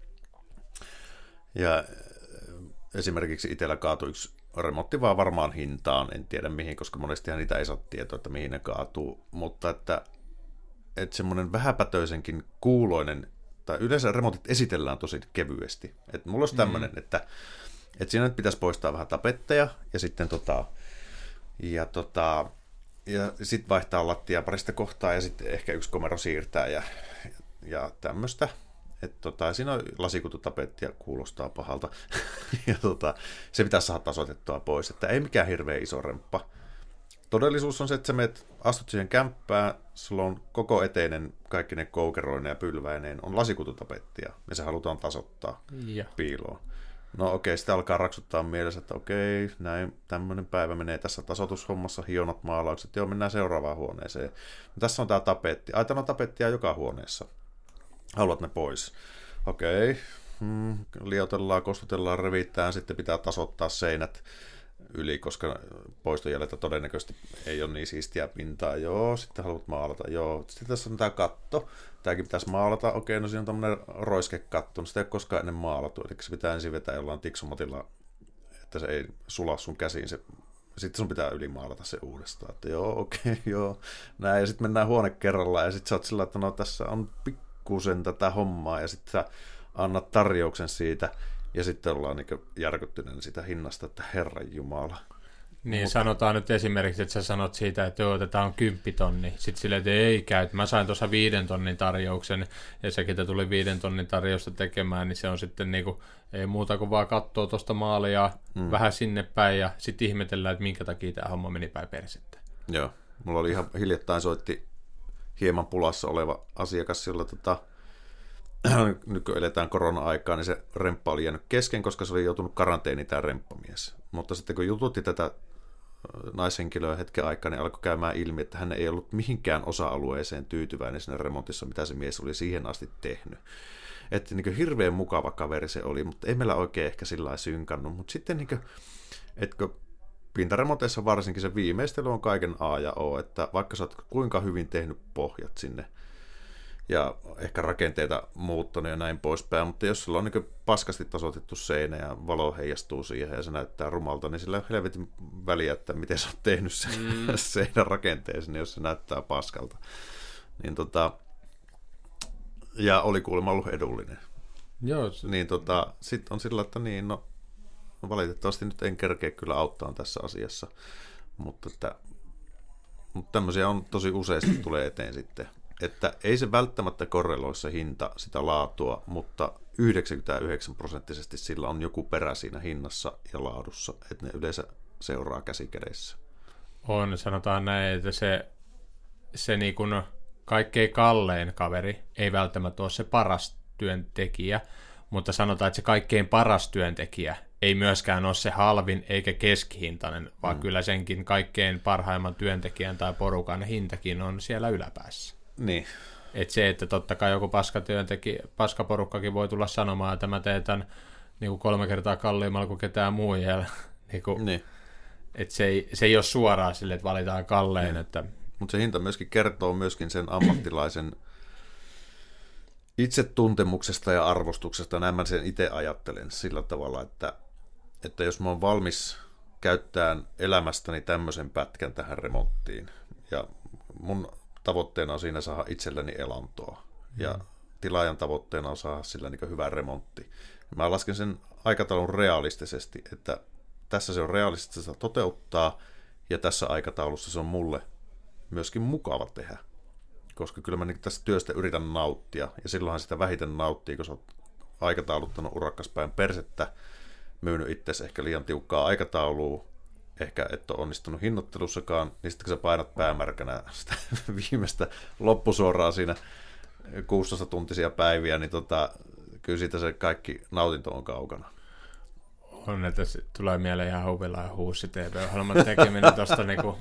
ja esimerkiksi itsellä kaatui yksi remontti vaan varmaan hintaan, en tiedä mihin, koska monestihan niitä ei saa tietoa, että mihin ne kaatuu, mutta että, että semmoinen vähäpätöisenkin kuuloinen, tai yleensä remontit esitellään tosi kevyesti. Että mulla olisi tämmöinen, mm. että, että siinä nyt pitäisi poistaa vähän tapetteja, ja sitten tota, ja tota, ja sitten vaihtaa lattia parista kohtaa, ja sitten ehkä yksi komero siirtää, ja, ja tämmöistä. Että tota, siinä on lasikututapetti ja kuulostaa pahalta. ja tota, se pitäisi saada tasoitettua pois. Että ei mikään hirveän iso remppa. Todellisuus on se, että sä meet, astut siihen kämppään, sulla on koko eteinen, kaikki ne koukeroinen ja pylväineen, on lasikututapettia, ja se halutaan tasoittaa ja. piiloon. No okei, okay, sitten alkaa raksuttaa mielessä, että okei, okay, näin, tämmöinen päivä menee tässä tasoitushommassa, hionot maalaukset, joo, mennään seuraavaan huoneeseen. No, tässä on tämä tapetti. Ai, täällä on tapettia joka huoneessa. Haluat ne pois. Okei, hmm, liotellaan, kostutellaan, revitään, sitten pitää tasoittaa seinät yli, koska poistojäljeltä todennäköisesti ei ole niin siistiä pintaa. Joo, sitten haluat maalata. Joo, sitten tässä on tämä katto. Tämäkin pitäisi maalata. Okei, no siinä on tämmöinen roiskekatto, no sitä ei ole koskaan ennen maalattu, eli se pitää ensin vetää jollain tiksumatilla, että se ei sula sun käsiin. Se, sitten sun pitää ylimaalata se uudestaan. Että joo, okei, joo, näin. Ja sitten mennään huone kerrallaan, ja sitten sä oot sillä, että no tässä on pikkusen tätä hommaa, ja sitten sä annat tarjouksen siitä, ja sitten ollaan niin järkyttyneen sitä hinnasta, että Herran Jumala. Niin, mutta sanotaan nyt esimerkiksi, että sä sanot siitä, että joo, tämä on kymppitonni. Sitten silleen, että ei käy, että mä sain tuossa viiden tonnin tarjouksen, ja se, ketä tuli viiden tonnin tarjousta tekemään, niin se on sitten niinku, ei muuta kuin vaan katsoo tuosta maalia hmm. vähän sinne päin, ja sitten ihmetellään, että minkä takia tämä homma meni päin persettä. Joo, mulla oli ihan hiljattain soitti hieman pulassa oleva asiakas, jolla tota, nyt kun eletään korona-aikaa, niin se remppa oli jäänyt kesken, koska se oli joutunut karanteeniin tämä remppamies. Mutta sitten kun jututti tätä naishenkilöä hetken aikaa, niin alkoi käymään ilmi, että hän ei ollut mihinkään osa-alueeseen tyytyväinen siinä remontissa, mitä se mies oli siihen asti tehnyt. Että niin hirveän mukava kaveri se oli, mutta ei meillä oikein ehkä sillä lailla synkannut. Mutta sitten, niin kuin, että pintaremonteissa varsinkin se viimeistely on kaiken A ja O, että vaikka sä oot kuinka hyvin tehnyt pohjat sinne, ja ehkä rakenteita muuttanut ja näin poispäin, mutta jos sulla on niin paskasti tasoitettu seinä ja valo heijastuu siihen ja se näyttää rumalta, niin sillä on helvetin väliä, että miten sä oot tehnyt sen mm. seinän rakenteeseen, jos se näyttää paskalta. Niin tota, ja oli kuulemma ollut edullinen. Joo. Se... Niin tota, sit on sillä, että niin, no valitettavasti nyt en kerkeä kyllä auttaa tässä asiassa, mutta, että, mutta tämmöisiä on tosi useasti tulee eteen sitten. Että ei se välttämättä korreloi se hinta sitä laatua, mutta yhdeksänkymmentäyhdeksän prosenttisesti sillä on joku perä siinä hinnassa ja laadussa, että ne yleensä seuraa käsikädessä. On, sanotaan näin, että se, se niin kuin kaikkein kallein kaveri ei välttämättä ole se paras työntekijä, mutta sanotaan, että se kaikkein paras työntekijä ei myöskään ole se halvin eikä keskihintainen, vaan mm. kyllä senkin kaikkein parhaimman työntekijän tai porukan hintakin on siellä yläpäässä. Niin. Että se, että totta kai joku paskatyöntekijä, paskaporukkakin voi tulla sanomaan, että mä teen tämän niin kuin kolme kertaa kalliimmalla kuin ketään muu. Niin kuin, niin. Että se ei, se ei ole suoraan sille, että valitaan kallein. Niin. Että... Mutta se hinta myöskin kertoo myöskin sen ammattilaisen itsetuntemuksesta ja arvostuksesta. Näin mä sen itse ajattelen sillä tavalla, että, että jos mä oon valmis käyttämään elämästäni tämmöisen pätkän tähän remonttiin, ja mun tavoitteena on siinä saada itselleni elantoa, ja mm. tilaajan tavoitteena on saada sillä niin hyvä remontti. Mä lasken sen aikataulun realistisesti, että tässä se on realistista toteuttaa, ja tässä aikataulussa se on mulle myöskin mukava tehdä. Koska kyllä mä niin tästä työstä yritän nauttia, ja silloinhan sitä vähiten nauttii, kun sä oot aikatauluttanut urakkaspäin persettä, myynyt itsesi ehkä liian tiukkaa aikataulua, ehkä et ole onnistunut hinnoittelussakaan, niin sitten kun sä painat päämärkänä sitä viimeistä loppusuoraa siinä kuusitoista tuntisia päiviä, niin tota, kyllä siitä se kaikki nautinto on kaukana. On, että tulee mieleen ihan Huvila ja Huussi T V-ohjelman tekeminen tuosta niinku...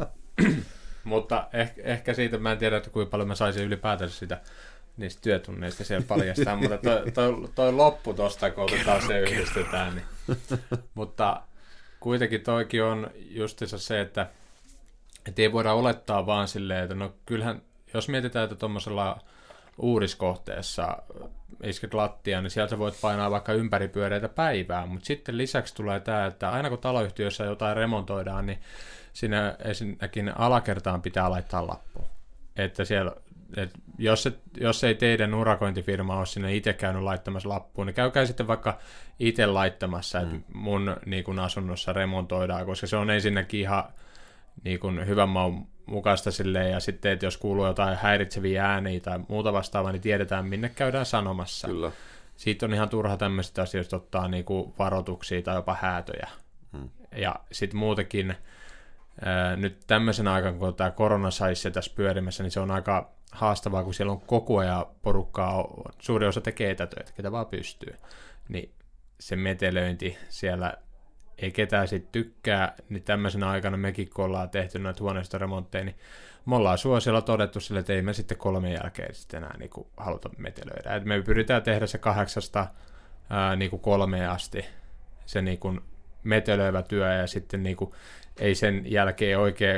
Mutta ehkä, ehkä siitä mä en tiedä, että kuinka paljon mä saisin ylipäätään sitä niistä työtunneista siellä paljastaa, mutta toi, toi, toi loppu tuosta, kun otetaan se yhdistetään. Niin. Mutta kuitenkin toikin on justiinsa se, että, että ei voida olettaa vaan silleen, että no kyllähän, jos mietitään, että tuommoisella uudiskohteessa isket lattia, niin sieltä voit painaa vaikka ympäripyöreitä päivää, mutta sitten lisäksi tulee tämä, että aina kun taloyhtiössä jotain remontoidaan, niin siinä ensinnäkin alakertaan pitää laittaa lappu. Että siellä, että jos, et, jos ei teidän urakointifirma ole sinne itse käynyt laittamassa lappuun, niin käykää sitten vaikka itse laittamassa, mm. että mun niin kun asunnossa remontoidaan, koska se on ensinnäkin ihan niin kun hyvän maun mukaista silleen, ja sitten, että jos kuuluu jotain häiritseviä ääniä tai muuta vastaavaa, niin tiedetään, minne käydään sanomassa. Kyllä. Siitä on ihan turha tämmöisistä asioista ottaa niin kuin varoituksia tai jopa häätöjä. Hmm. Ja sitten muutenkin ää, nyt tämmöisen aikana, kun tämä korona saisi se tässä pyörimässä, niin se on aika haastavaa, kun siellä on koko ajan porukkaa, suuri osa tekee etätöitä, ketä vaan pystyy. Niin se metelöinti siellä ei ketään siitä tykkää, niin tämmöisenä aikana mekin, kun ollaan tehty noita huoneistoremontteja, niin me ollaan suosiolla todettu sille, että ei me sitten kolmen jälkeen sitten enää niin kuin haluta metelöidä. Et me pyritään tehdä se kahdeksasta ää, niin kuin kolmeen asti se niin kuin metelöivä työ, ja sitten niin kuin, ei sen jälkeen oikein,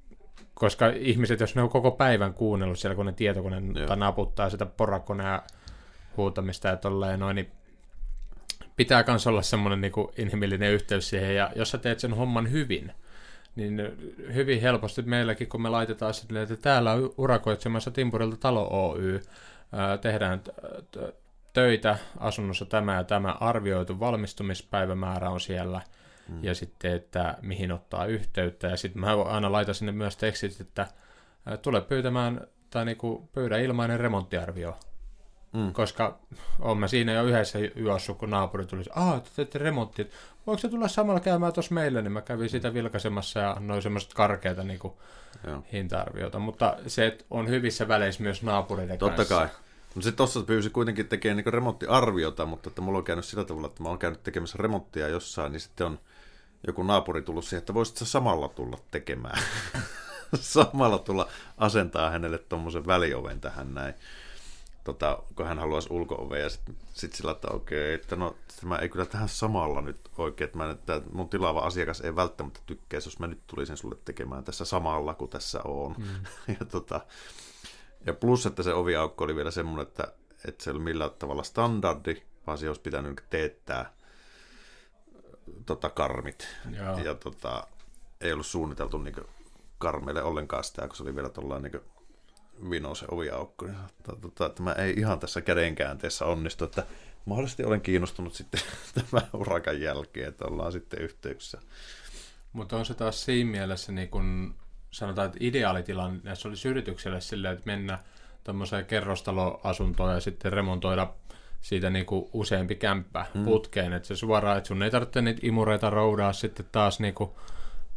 koska ihmiset, jos ne on koko päivän kuunnellut siellä, kun ne tietokone naputtaa sitä porakonea huutamista ja tolleen noin, niin pitää myös olla semmoinen niin kuin inhimillinen yhteys siihen, ja jos sä teet sen homman hyvin, niin hyvin helposti meilläkin, kun me laitetaan silleen, että täällä on urakoitsemassa Timpurilta Talo Oy, ää, tehdään t- töitä asunnossa tämä ja tämä, arvioitu valmistumispäivämäärä on siellä, mm. ja sitten, että mihin ottaa yhteyttä, ja sitten mä aina laitan sinne myös tekstit, että ää, tule pyytämään, tai niinku pyydä ilmainen remonttiarvio. Mm. Koska olen mä siinä jo yhdessä juossut, kun naapuri tuli, aah, te teette remonttia, voiko se tulla samalla käymään tuossa meille, niin mä kävin sitä vilkaisemassa ja noin semmoiset karkeita niin kuin hinta-arviota, mutta se on hyvissä väleissä myös naapureiden Totta kanssa. Totta kai. No sitten tuossa pyysin kuitenkin tekemään niin remonttiarviota, mutta että mulla on käynyt sillä tavalla, että mä oon käynyt tekemässä remonttia jossain, niin sitten on joku naapuri tullut siihen, että voisit sä samalla tulla tekemään. Samalla tulla asentaa hänelle tuommoisen välioven tähän näin. Tota, kun hän haluaisi ulko-ovea, ja sitten sit sillä, että okei, että no mä ei kyllä tähän samalla nyt oikein, että, mä, että mun tilaava asiakas ei välttämättä tykkäisi, jos mä nyt tulisin sulle tekemään tässä samalla, kuin tässä on. Mm. ja, tota, ja plus, että se oviaukko oli vielä semmoinen, että, että se ei ollut millään tavalla standardi, vaan se olisi pitänyt teettää tota, karmit. Joo. Ja tota, ei ollut suunniteltu niin karmeille ollenkaan sitä, kun se oli vielä tuollainen niin vino se oviaukko, niin tota, tämä ei ihan tässä kädenkäänteessä onnistu, että mahdollisesti olen kiinnostunut sitten tämän urakan jälkeen, että ollaan sitten yhteyksissä. Mutta on se taas siinä mielessä, niin kun sanotaan, että ideaalitilanne näissä olisi yritykselle silleen, että mennä tuommoiseen kerrostaloasuntoon ja sitten remontoida siitä niin kuin useampi kämppä hmm. putkeen, että se suoraan, että sun ei tarvitse niitä imureita roudaa sitten taas niin kuin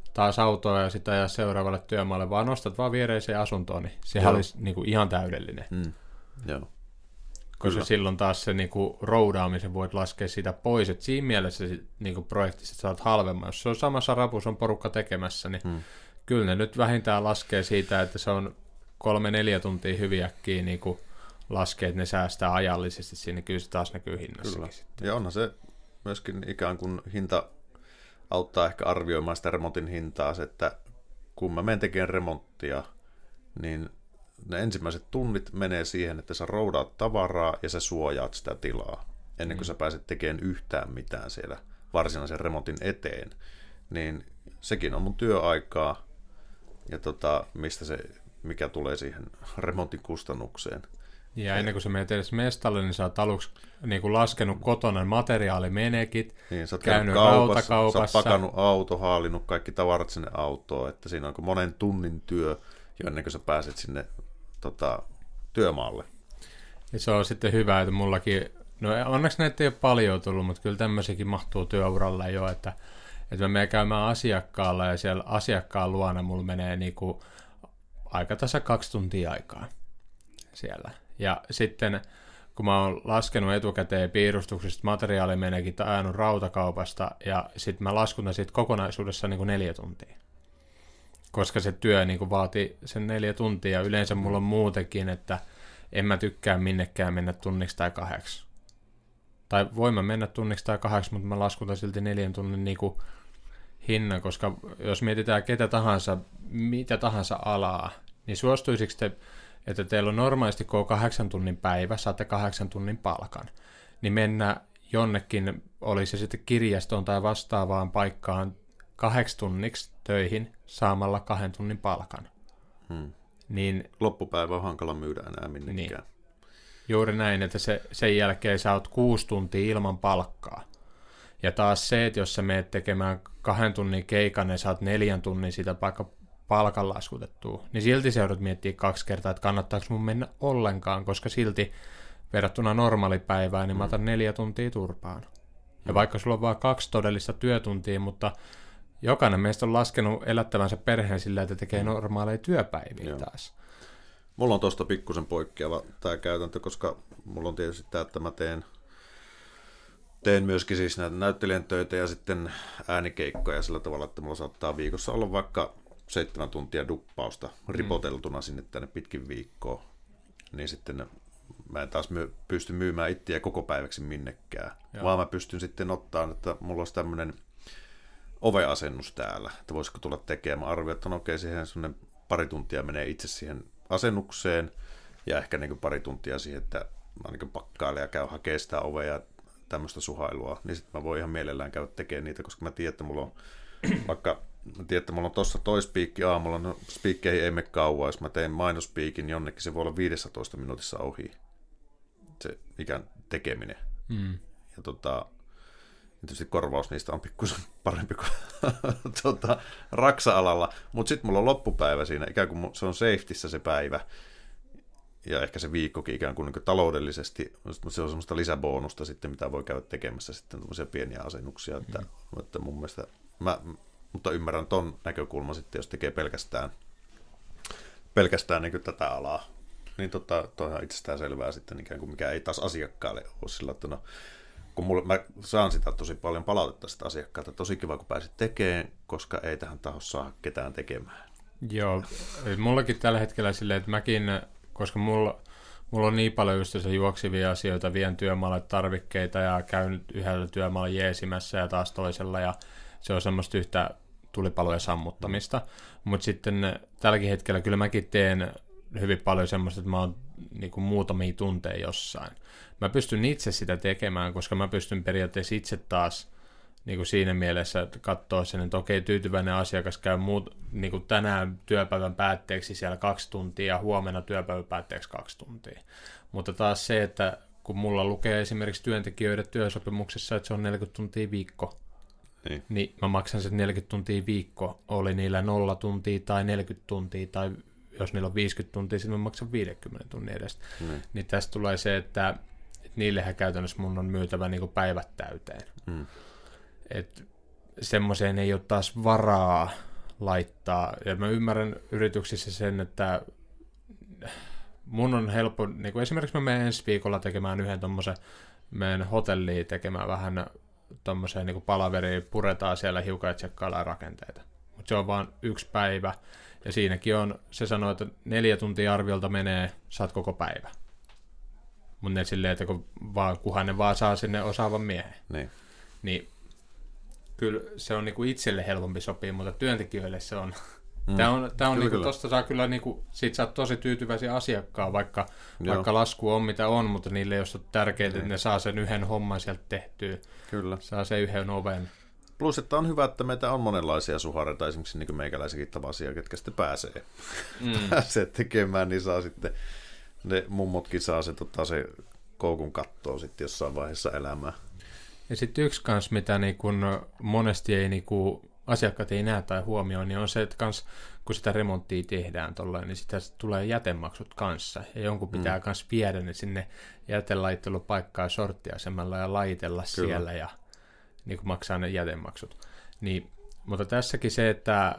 taas autoa ja sitten ajaa seuraavalle työmaalle, vaan nostat vaan viereiseen asuntoon, niin sehän Joo. olisi niin kuin ihan täydellinen. Mm. Joo. Koska Kyllä. silloin taas se niin kuin roudaamisen voit laskea siitä pois, että siinä mielessä niin kuin projektissa saat halvemman. Jos se on samassa rapussa on porukka tekemässä, niin mm. kyllä ne nyt vähintään laskee siitä, että se on kolme neljä tuntia hyviäkin niin kuin laskee, että ne säästää ajallisesti siinä, kyllä se taas näkyy hinnassakin. Ja onhan se myöskin ikään kuin hinta auttaa ehkä arvioimaan sitä remontin hintaa, se, että kun mä menen tekemään remonttia, niin ne ensimmäiset tunnit menee siihen, että sä roudaat tavaraa ja sä suojaat sitä tilaa, ennen kuin mm. sä pääset tekemään yhtään mitään siellä varsinaisen remontin eteen. Niin sekin on mun työaikaa, ja tota, mistä se, mikä tulee siihen remontin kustannukseen. Ja ennen kuin sä menet edes mestalle, niin sä oot aluksi niin kuin laskenut kotona materiaalimenekit, niin, sä oot käynyt kaupassa, rautakaupassa. Sä oot pakannut auto, haalinnut kaikki tavarat sinne autoon, että siinä on monen tunnin työ, jo ennen kuin sä pääset sinne tota, työmaalle. Ja se on sitten hyvä, että mullakin, no onneksi näitä ei ole paljon tullut, mutta kyllä tämmöisiäkin mahtuu työuralle jo, että, että mä menen käymään asiakkaalla ja siellä asiakkaan luona mulla menee niinku aika tasa kaksi tuntia aikaa siellä. Ja sitten kun mä oon laskenut etukäteen piirustuksista materiaalimenekit, ajanut rautakaupasta ja sitten mä laskutan siitä kokonaisuudessa niin kuin neljä tuntia. Koska se työ niin kuin vaatii sen neljä tuntia. Yleensä mulla on muutenkin, että en mä tykkää minnekään mennä tunniksi tai kahdeksi. Tai voin mä mennä tunniksi tai kahdeksi, mutta mä laskutan silti neljän tunnin niin kuin hinnan, koska jos mietitään ketä tahansa, mitä tahansa alaa, niin suostuisiko te, että teillä on normaalisti koko kahdeksan tunnin päivä, saatte kahdeksan tunnin palkan, niin mennä jonnekin, oli se sitten kirjastoon tai vastaavaan paikkaan kahdeksi tunniksi töihin saamalla kahden tunnin palkan. Hmm. Niin, loppupäivä on hankala myydä enää minnekään. Niin, juuri näin, että se, sen jälkeen sä oot kuusi tuntia ilman palkkaa. Ja taas se, että jos sä meet tekemään kahden tunnin keikan ja saat neljän tunnin sitä paikka palkan laskutettua, niin silti sä joudut miettiä kaksi kertaa, että kannattaako mun mennä ollenkaan, koska silti verrattuna normaalipäivään, niin mä otan neljä tuntia turpaan. Ja vaikka sulla on vaan kaksi todellista työtuntia, mutta jokainen meistä on laskenut elättävänsä perheen sillä, että tekee normaaleja työpäiviä Joo. taas. Mulla on tosta pikkusen poikkeava tämä käytäntö, koska mulla on tietysti tämä, että mä teen, teen myöskin siis näitä näyttelijän töitä ja sitten äänikeikkoja sillä tavalla, että mulla saattaa viikossa olla vaikka seitsemän tuntia duppausta ripoteltuna sinne tänne pitkin viikkoa. Niin sitten mä en taas myy, pysty myymään itseä koko päiväksi minnekään, Joo. vaan mä pystyn sitten ottaa, että mulla olisi tämmöinen oveasennus täällä, että voisiko tulla tekemään. Arvio, että no okei, siihen semmoinen pari tuntia menee itse siihen asennukseen ja ehkä niin kuin pari tuntia siihen, että mä niin pakkailen ja käyn hakemaan sitä ovea ja tämmöistä suhailua, niin sitten mä voin ihan mielellään käydä tekemään niitä, koska mä tiedän, että mulla on vaikka mä tiedän, että mulla on tossa toi spiikki aamulla, no spiikkeihin ei mene kauan, jos mä teen mainospiikin jonnekin, se voi olla viisitoista minuutissa ohi, se ikään tekeminen. Mm. Ja tota, tietysti korvaus niistä on pikkusen parempi kuin tota, raksa-alalla, mutta sitten mulla on loppupäivä siinä, ikään kuin se on safetyssä se päivä, ja ehkä se viikkokin ikään kuin, niin kuin taloudellisesti, mutta se on semmoista lisäbonusta sitten, mitä voi käydä tekemässä sitten tämmöisiä pieniä asennuksia, että, mm. että mun mielestä, mä, mutta ymmärrän ton näkökulman sitten, jos tekee pelkästään, pelkästään niin kuin tätä alaa, niin tota, toi on itsestään selvää sitten ikään kuin, mikä ei taas asiakkaalle ole sillä, että no, kun mulle, mä saan sitä tosi paljon palautetta sitä asiakkaalta, tosi kiva, kun pääsit tekemään, koska ei tähän taho saa ketään tekemään. Joo, mullakin tällä hetkellä silleen, että mäkin, koska mulla, mulla on niin paljon just juoksivia asioita, vien työmaalle tarvikkeita ja käyn yhdellä työmaalla jeesimässä ja taas toisella, ja se on semmoista yhtä tulipalojen sammuttamista, mm. mutta sitten tälläkin hetkellä kyllä mäkin teen hyvin paljon semmoista, että mä oon niin kuin muutamia tunteja jossain. Mä pystyn itse sitä tekemään, koska mä pystyn periaatteessa itse taas niin kuin siinä mielessä katsoa sen, että okei, tyytyväinen asiakas käy muut, niin kuin tänään työpäivän päätteeksi siellä kaksi tuntia ja huomenna työpäivän päätteeksi kaksi tuntia. Mutta taas se, että kun mulla lukee esimerkiksi työntekijöiden työsopimuksessa, että se on neljäkymmentä tuntia viikko, niin, niin mä maksan sen neljäkymmentä tuntia viikko, oli niillä nolla tuntia tai neljäkymmentä tuntia tai jos niillä on viisikymmentä tuntia, sitten mä maksan viisikymmentä tunnin edestä. Mm. Niin tästä tulee se, että, että niillehän käytännössä mun on myytävä niin kuin päivät täyteen. Mm. Että semmoiseen ei ole taas varaa laittaa. Ja mä ymmärrän yrityksissä sen, että mun on helppo, niin kuin esimerkiksi mä menen ensi viikolla tekemään yhden tommosen, menen hotelliin tekemään vähän tommoseen niin kuin palaveriin, puretaan siellä hiukan ja tsekkaillaan rakenteita. Mutta se on vaan yksi päivä, ja siinäkin on, se sanoo, että neljä tuntia arviolta menee, saat koko päivä. Mutta ne silleen, että kun vaan, kunhan ne vaan saa sinne osaavan miehen. Niin. Niin kyllä se on niinku itselle helpompi sopia, mutta työntekijöille se on. Mm. Tämä on, tää on kyllä, niinku, kyllä. tosta saa kyllä niinku, siitä saat tosi tyytyväisiä asiakkaan, vaikka, vaikka lasku on mitä on, mutta niille ei ole tärkeää, että ne saa sen yhden homman sieltä tehtyä. Kyllä. Saa sen yhden oven. Plus, että on hyvä, että meitä on monenlaisia suhareita, esimerkiksi niin kuin meikäläisikin tavasia, ketkä sitten pääsee, mm. pääsee tekemään, niin saa sitten, ne mummotkin saa se, tota, se koukun kattoa sitten jossain vaiheessa elämää. Ja sitten yksi kans, mitä niinku monesti ei niinku, asiakkaat ei näe tai huomioi, niin on se, että kans, kun sitä remonttia tehdään tolleen, niin sitä tulee jätemaksut kanssa. Ja jonkun pitää mm. kans viedä ne sinne jätelaittelupaikkaan sorttiasemalla ja laitella Kyllä. siellä ja niin kuin maksaa ne jätemaksut. Niin, mutta tässäkin se, että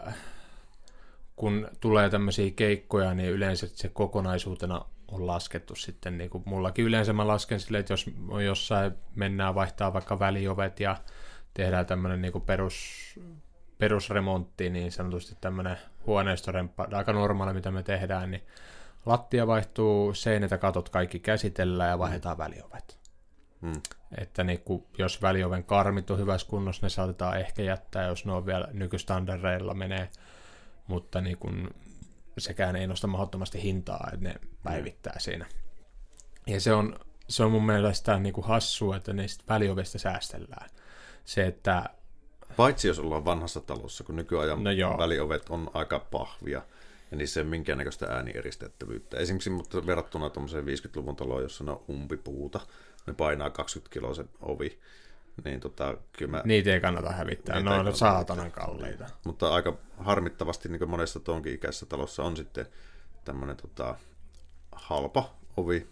kun tulee tämmöisiä keikkoja, niin yleensä se kokonaisuutena on laskettu sitten, niin kuin mullakin yleensä mä lasken silleen, että jos jossain mennään vaihtaa vaikka väliovet ja tehdään tämmöinen niin kuin perus, perusremontti, niin sanotusti tämmöinen huoneistoremppa, aika normaali mitä me tehdään, niin lattia vaihtuu, seinät ja katot kaikki käsitellään ja vaihdetaan väliovet. Hmm. Että niin kuin, jos välioven karmit on hyvässä kunnossa, ne saatetaan ehkä jättää, jos ne on vielä nykystandardeilla menee, mutta niin kuin, sekään ei nosta mahdottomasti hintaa, että ne päivittää hmm. siinä. Ja se on, se on mun mielestä niin kuin hassua, että niistä väliovesta säästellään. Se, että paitsi jos ollaan vanhassa talossa, kun nykyajan no väliovet on aika pahvia, ja niissä ei ole minkäännäköistä äänieristettävyyttä. Esimerkiksi mutta verrattuna tuollaiseen viisikymmentäluvun taloon, jossa ne on umpipuuta, ne painaa kaksikymmentä kiloa se ovi, niin tota, kyllä mä, niitä ei kannata hävittää, ne on saatanan kalliita. Mutta aika harmittavasti niin monessa tuonkin ikäisessä talossa on sitten tämmöinen tota, halpa ovi,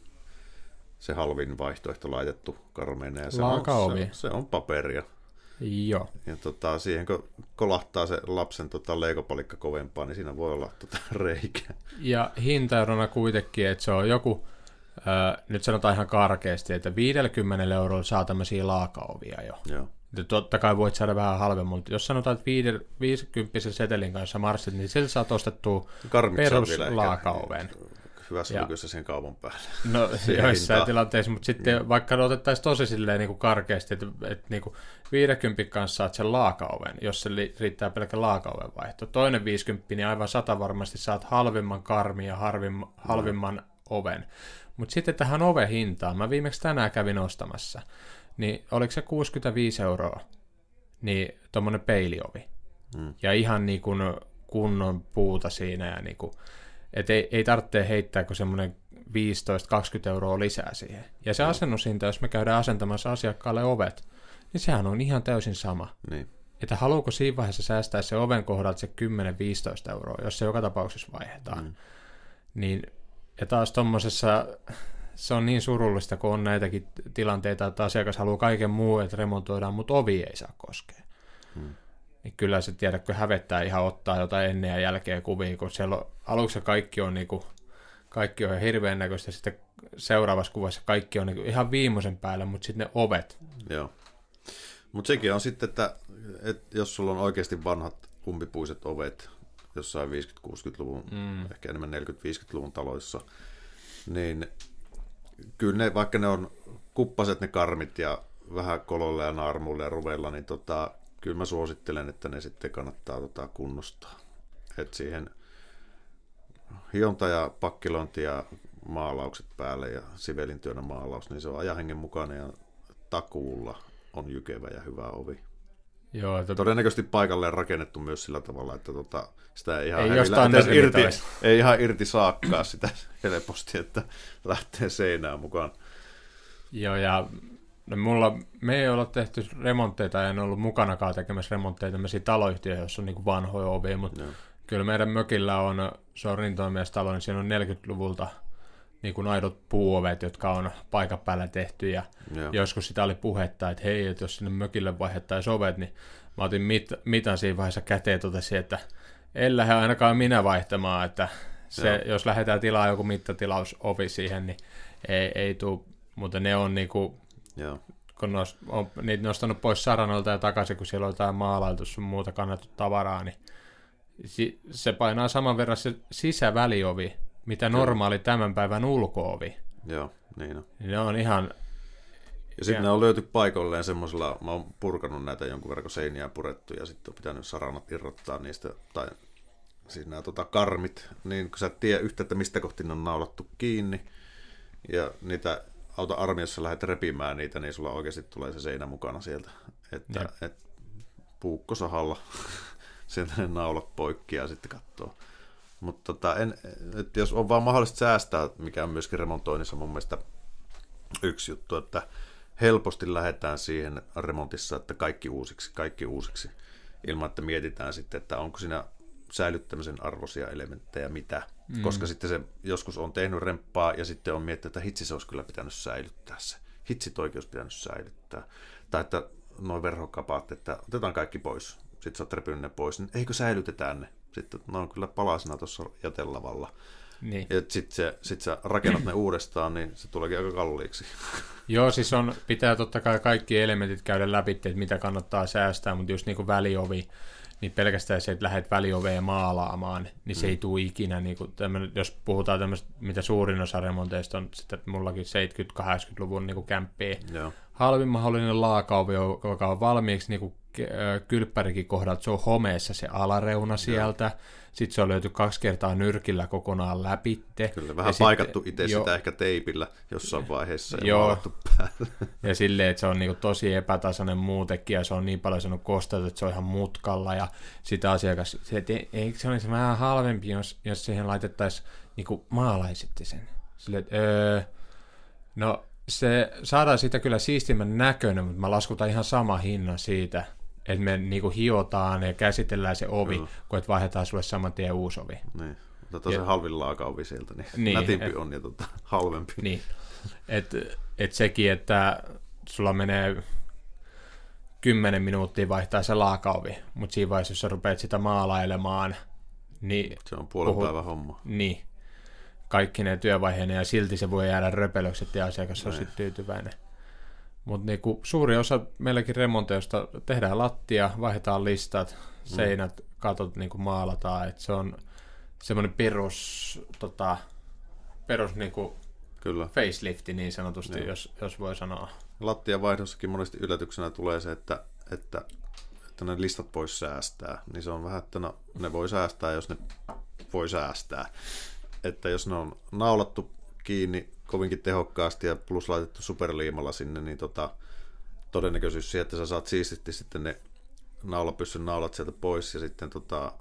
se halvin vaihtoehto laitettu karmeina, ja se on, se, se on paperia. Joo. Ja tota, siihen kun kolahtaa se lapsen tota, leikopalikka kovempaa, niin siinä voi olla tota, reikä. Ja hintaerona kuitenkin, että se on joku, äh, nyt sanotaan ihan karkeasti, että viisikymmentä eurolla saa tämmöisiä laakaovia jo. Joo. Ja totta kai voit saada vähän halvemmin, mutta jos sanotaan, että viisikymmentä setelin kanssa marssit, niin sillä saat ostettua peruslaakaoven. Hyvässä lykyssä sen kaupan päälle. No joissain tilanteissa, mutta sitten mm. vaikka otettaisiin tosi silleen niin kuin karkeasti, että, että niin kuin viisikymmentä kanssa saat sen laakaoven, jos se li, riittää pelkkä laakaoven vaihto. Toinen viisikymmentä, niin aivan sata varmasti saat halvimman karmin ja harvim, halvimman mm. oven. Mutta sitten tähän oven hintaan, mä viimeksi tänään kävin ostamassa, niin oliko se kuusikymmentäviisi euroa, niin tommonen peiliovi. Mm. Ja ihan niin kuin kunnon puuta siinä ja niin kuin että ei, ei tarvitse heittää kuin semmoinen viisitoista kaksikymmentä euroa lisää siihen. Ja se asennushinta, jos me käydään asentamassa asiakkaalle ovet, niin sehän on ihan täysin sama. Niin. Että haluuko siinä vaiheessa säästää se oven kohdalta se kymmenen viisitoista euroa, jos se joka tapauksessa vaihdetaan. Mm. Niin, ja taas tommosessa, se on niin surullista, kun on näitäkin tilanteita, että asiakas haluaa kaiken muu, että remontoidaan, mutta ovi ei saa koskea. Mm. Niin kyllä se tiedätkö hävettää ihan ottaa jotain ennen ja jälkeen kuvia, kun siellä on, aluksi kaikki on, niinku, kaikki on hirveän näköistä, sitten seuraavassa kuvassa kaikki on niinku ihan viimeisen päällä, mutta sitten ne ovet. Joo, mutta sekin on sitten, että, että jos sulla on oikeasti vanhat umpipuiset ovet jossain viisikymmentä-kuusikymmentäluvun, mm. ehkä enemmän neljäkymmentä-viisikymmentäluvun taloissa, niin kyllä ne, vaikka ne on kuppaset ne karmit ja vähän kololla ja naarmuilla ja ruveilla, niin tota, kyllä mä suosittelen, että ne sitten kannattaa tota kunnostaa. Että siihen hionta ja pakkilointi ja maalaukset päälle ja sivelintyönä maalaus, niin se on ajanhengen mukainen ja takuulla on jykevä ja hyvä ovi. Joo, että todennäköisesti paikalleen rakennettu myös sillä tavalla, että tota, sitä ei ihan, ei irti, ei ihan irti saakkaa sitä helposti, että lähtee seinään mukaan. Joo, ja no mulla, me ei olla tehty remontteita, en ollut mukanakaan tekemässä remontteja tämmöisiä taloyhtiöitä, joissa on niin kuin vanhoja ovia, mutta no. Kyllä meidän mökillä on, se on rintoimiestalo, niin siinä on neljäkymmentäluvulta niin kuin aidot puuovet, jotka on paikan päällä tehty, ja no. Joskus sitä oli puhetta, että hei, että jos sinne mökille vaihdettaisiin ovet, niin mä otin mit, mitan siinä vaiheessa käteen, totesin, että en lähde ainakaan minä vaihtamaan, että se, jos lähdetään tilaa joku mittatilausovi siihen, niin ei, ei tule, mutta ne on niinku, Joo. kun nost, on niitä nostanut pois saranolta ja takaisin, kun siellä on jotain maalailtu sun muuta kannettu tavaraa, niin si, se painaa saman verran se sisäväliovi, mitä normaali tämän päivän ulko-ovi. Joo, niin on. Ne on ihan... Ja sitten ne on löyty paikoilleen semmoisella, mä oon purkanut näitä jonkun verran, kun seiniä purettu, ja sitten on pitänyt saranat irrottaa niistä, tai siis nämä tota, karmit, niin kun sä et tiedä yhtä, että mistä kohti ne on naulattu kiinni, ja niitä auta armiassa lähdet repimään niitä, niin sulla oikeasti tulee se seinä mukana sieltä, että et, puukkosahalla sieltä ne naulat poikki ja sitten katsoo. Mutta tota, jos on vaan mahdollista säästää, mikä on myöskin remontoinnissa mun mielestä yksi juttu, että helposti lähdetään siihen remontissa, että kaikki uusiksi, kaikki uusiksi, ilman että mietitään sitten, että onko siinä säilyttämisen arvoisia elementtejä mitä, mm. koska sitten se joskus on tehnyt remppaa ja sitten on miettinyt, että hitsi se olisi kyllä pitänyt säilyttää se, hitsit oikeus pitänyt säilyttää, tai että noin verhokapaat, että otetaan kaikki pois, sitten sä oot repinyt ne pois, niin eikö säilytetään ne, sitten ne on kyllä palasina tuossa jätelavalla. Niin. Ja sitten sit sä rakennat ne uudestaan, niin se tuleekin aika kalliiksi. Joo, siis on, pitää totta kai kaikki elementit käydä läpi, että mitä kannattaa säästää, mutta just niin kuin väliovi, niin pelkästään se, että lähdet välioveen maalaamaan, niin se mm. ei tule ikinä, niin kuin jos puhutaan tämmöistä, mitä suurin osa remonteista on, sitten mullakin seitsemänkymmentä-kahdeksankymmentäluvun niin kämppiä. Joo. Halvin mahdollinen laakauvi, joka on valmiiksi niin kuin kylppärikin kohdalta, se on homeessa se alareuna sieltä, Joo. Sitten se on löyty kaksi kertaa nyrkillä kokonaan läpitte. Kyllä, vähän ja paikattu itse jo, sitä ehkä teipillä jossain vaiheessa ja joo, maalattu päälle. Ja silleen, että se on niinku tosi epätasainen muutenkin ja se on niin paljon sanonut kosteutta, että se on ihan mutkalla ja sitä asiakas, se, että eikö se olisi vähän halvempi, jos, jos siihen laitettaisiin, niinku maalaisitte sen. Silleen, että öö, no se saadaan siitä kyllä siistimmän näköinen, mutta mä laskutan ihan sama hinnan siitä, että me niinku hiotaan ja käsitellään se ovi, no. kun et vaihdetaan sulle saman tien uusi ovi. Niin, otetaan ja, se halvin laakaovi sieltä, niin, niin nätimpi et, on ja tota, halvempi. Niin, että et sekin, että sulla menee kymmenen minuuttia vaihtaa se laakaovi, mutta siinä vaiheessa, jos sä rupeat sitä maalailemaan, niin... Se on puolen puhut, päivän homma. Niin, kaikki ne työvaiheena ja silti se voi jäädä röpelöksi, että asiakas on sitten tyytyväinen. Mutta niinku suuri osa meilläkin remonteista tehdään lattia, vaihdetaan listat, seinät, mm. katot niinku maalataan, että se on semmoinen perus, tota, perus niinku Kyllä. facelifti niin sanotusti, jos, jos voi sanoa. Lattian vaihdossakin monesti yllätyksenä tulee se, että, että, että ne listat pois säästää, niin se on vähän, että no, ne voi säästää, jos ne voi säästää. Että jos ne on naulattu kiinni kovinkin tehokkaasti ja plus laitettu superliimalla sinne, niin tota, todennäköisyys siihen, että sä saat siististi sitten ne naulapyssyn naulat sieltä pois ja sitten tota,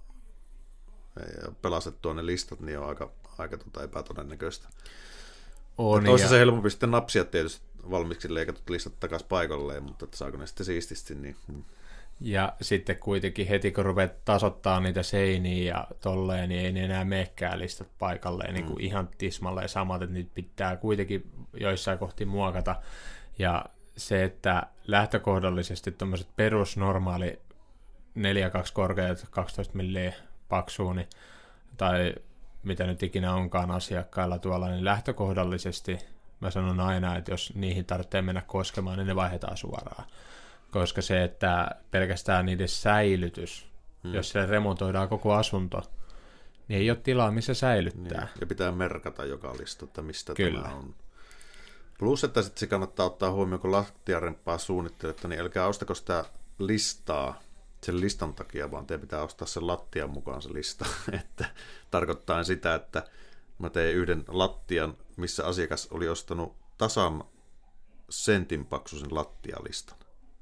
pelastettua ne listat, niin on aika, aika tota epätodennäköistä. On, toisaalta se helpompi sitten napsia tietysti valmiiksi leikatut listat takaisin paikalleen, mutta että saako ne sitten siististi, niin... Ja sitten kuitenkin heti, kun ruvet tasoittaa niitä seiniä ja tolleen, niin ei ne enää menekään listat paikalleen niin kuin mm. ihan tismalleen samat, että niitä pitää kuitenkin joissain kohti muokata. Ja se, että lähtökohdallisesti tuommoiset perusnormaali neljä kaksi korkeat, kaksitoista milliä paksua, niin, tai mitä nyt ikinä onkaan asiakkailla tuolla, niin lähtökohdallisesti mä sanon aina, että jos niihin tarvitsee mennä koskemaan, niin ne vaihdetaan suoraan. Koska se, että pelkästään niiden säilytys, hmm. jos se remontoidaan koko asunto, niin ei ole tilaa, missä säilyttää. Niin. Ja pitää merkata joka lista, että mistä Kyllä. tämä on. Plus, että sitten se kannattaa ottaa huomioon, kun lattiaremppaa suunnittelette, niin älkää ostako sitä listaa sen listan takia, vaan teidän pitää ostaa sen lattian mukaan se lista. Että tarkoittaa sitä, että mä tein yhden lattian, missä asiakas oli ostanut tasan sentin paksuisen lattialistan.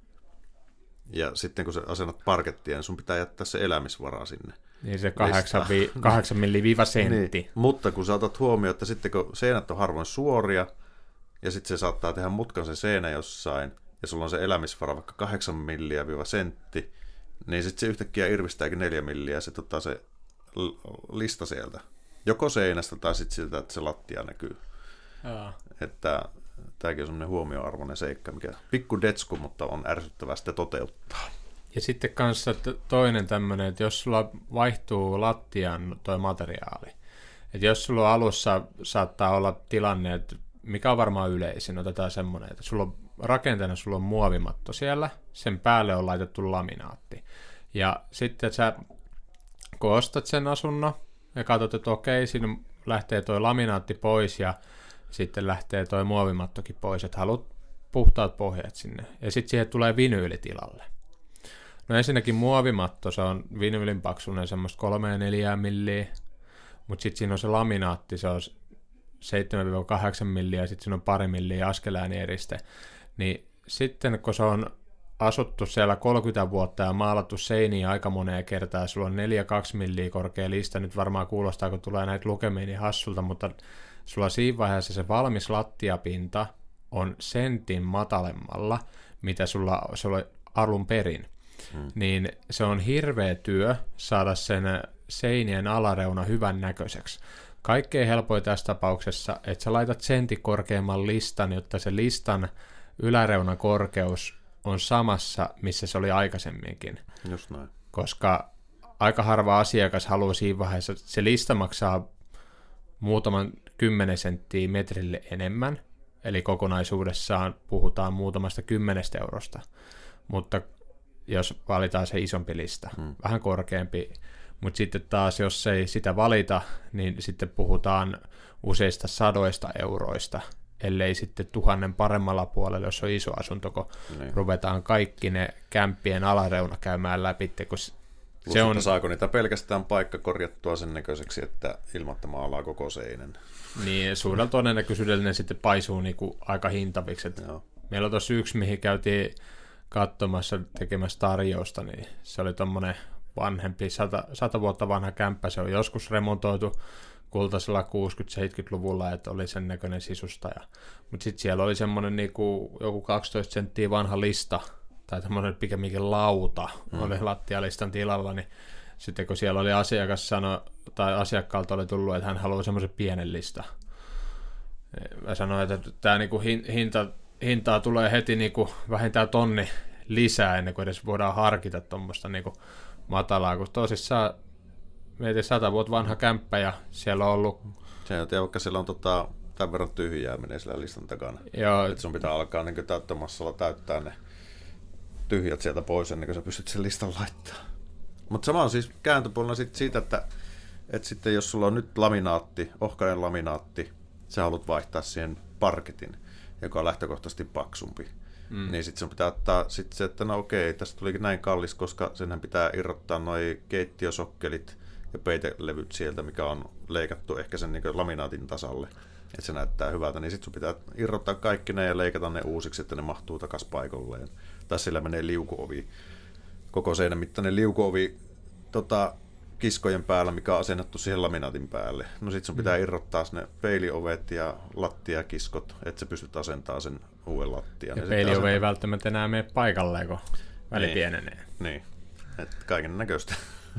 Ja sitten kun sä asennat parkettia, niin sun pitää jättää se elämisvara sinne. Niin se kahdeksan, vi- kahdeksan milli viiva sentti. Niin, mutta kun sä otat huomioon, että sitten kun seinät on harvoin suoria, ja sitten se saattaa tehdä mutkan se seinä jossain, ja sulla on se elämisvara vaikka kahdeksan milliä viiva sentti, niin sitten se yhtäkkiä irvistääkin neljä milliä, ja sitten ottaa se lista sieltä. Joko seinästä tai sitten siltä, että se lattia näkyy. Jaa. Että... Tämäkin on semmoinen huomioarvoinen seikka, mikä pikku detsku, mutta on ärsyttävää sitä toteuttaa. ja sitten kanssa toinen tämmöinen, että jos sulla vaihtuu lattian toi materiaali, että jos sulla alussa saattaa olla tilanne, että mikä on varmaan yleisin, otetaan semmoinen, että sulla on rakenteena sulla on muovimatto siellä, sen päälle on laitettu laminaatti. Ja sitten sä, kun ostat sen asunnon ja katsot, että okei, siinä lähtee toi laminaatti pois ja sitten lähtee toi muovimattokin pois, että haluat puhtaat pohjat sinne. Ja sitten siihen tulee vinyyli tilalle. No ensinnäkin muovimatto, se on vinyylin paksuinen semmoista kolme neljä milliä, mutta sitten siinä on se laminaatti, se on seitsemän kahdeksan milliä ja sitten siinä on pari milliä askelääni-eriste. Niin sitten kun se on asuttu siellä kolmekymmentä vuotta ja maalattu seiniä aika moneen kertaa, ja sulla on neljä kaksi milliä korkea lista, nyt varmaan kuulostaa, kun tulee näitä lukemia niin hassulta, mutta sulla siinä vaiheessa se valmis lattiapinta on sentin matalemmalla, mitä sulla, sulla alun perin. Hmm. Niin se on hirveä työ saada sen seinien alareuna hyvän näköiseksi. Kaikkein helpoin tässä tapauksessa, että sä laitat sentin korkeamman listan, jotta se listan yläreunan korkeus on samassa, missä se oli aikaisemminkin. Just näin. Koska aika harva asiakas haluaa siinä vaiheessa, se lista maksaa muutaman kymmenen senttiä metrille enemmän, eli kokonaisuudessaan puhutaan muutamasta kymmenestä eurosta, mutta jos valitaan se isompi lista, hmm. vähän korkeampi, mutta sitten taas, jos ei sitä valita, niin sitten puhutaan useista sadoista euroista, ellei sitten tuhannen paremmalla puolella, jos on iso asunto, kun niin. ruvetaan kaikki ne kämppien alareuna käymään läpi, kun Plus, se on... saako niitä pelkästään paikka korjattua sen näköiseksi, että ilmatta maalaa koko seinän. Niin, suurella todennäköisyydellä ne sitten paisuu niinku aika hintaviksi. Meillä on tuossa yksi, mihin käytiin katsomassa tekemässä tarjousta, niin se oli tommonen vanhempi, sata, sata vuotta vanha kämppä, se on joskus remontoitu kultaisella kuusikymmentä-seitsemänkymmentäluvulla, että oli sen näköinen sisustaja. Mutta sitten siellä oli semmoinen niinku, joku kaksitoista senttiä vanha lista, tai tämmöinen pikemminkin lauta, mm. oli lattialistan tilalla, niin sitten kun siellä oli asiakas sano, tai asiakkaalta oli tullut, että hän haluaa semmoisen pienen lista. Mä sanoin, että tämä niinku hinta, hintaa tulee heti niinku vähintään tonni lisää, ennen kuin edes voidaan harkita tuommoista niinku matalaa, kun tosissaan mietin sata vuotta vanha kämppä ja siellä on ollut... Se on, vaikka siellä on tota, tämän verran tyhjää menee siellä listan takana. Joo. Että sun pitää alkaa niin täyttömassalla täyttää ne tyhjät sieltä pois ennen kuin sä pystyt sen listan laittaa. Mutta sama on siis kääntöpuolella sit siitä, että, että sitten jos sulla on nyt laminaatti, ohkainen laminaatti, sä haluat vaihtaa siihen parketin, joka on lähtökohtaisesti paksumpi. Mm. Niin sitten sun pitää ottaa sit se, että no okei, tästä tulikin näin kallis, koska senhän pitää irrottaa noi keittiösokkelit ja peitelevyt sieltä, mikä on leikattu ehkä sen niin laminaatin tasalle, että se näyttää hyvältä, niin sitten sun pitää irrottaa kaikki ne ja leikata ne uusiksi, että ne mahtuu takaisin paikalleen. Tai sillä menee liukuovi, koko seinän mittainen liukuovi tota, kiskojen päällä, mikä on asennettu siihen laminaatin päälle. No sit sun pitää irrottaa ne peiliovet ja lattiakiskot, että sä pystyt asentamaan sen uuden lattian. Ja, ja peiliove asentaa... ei välttämättä enää mene paikalleen, kun väli niin, pienenee. Niin, että kaiken näköistä.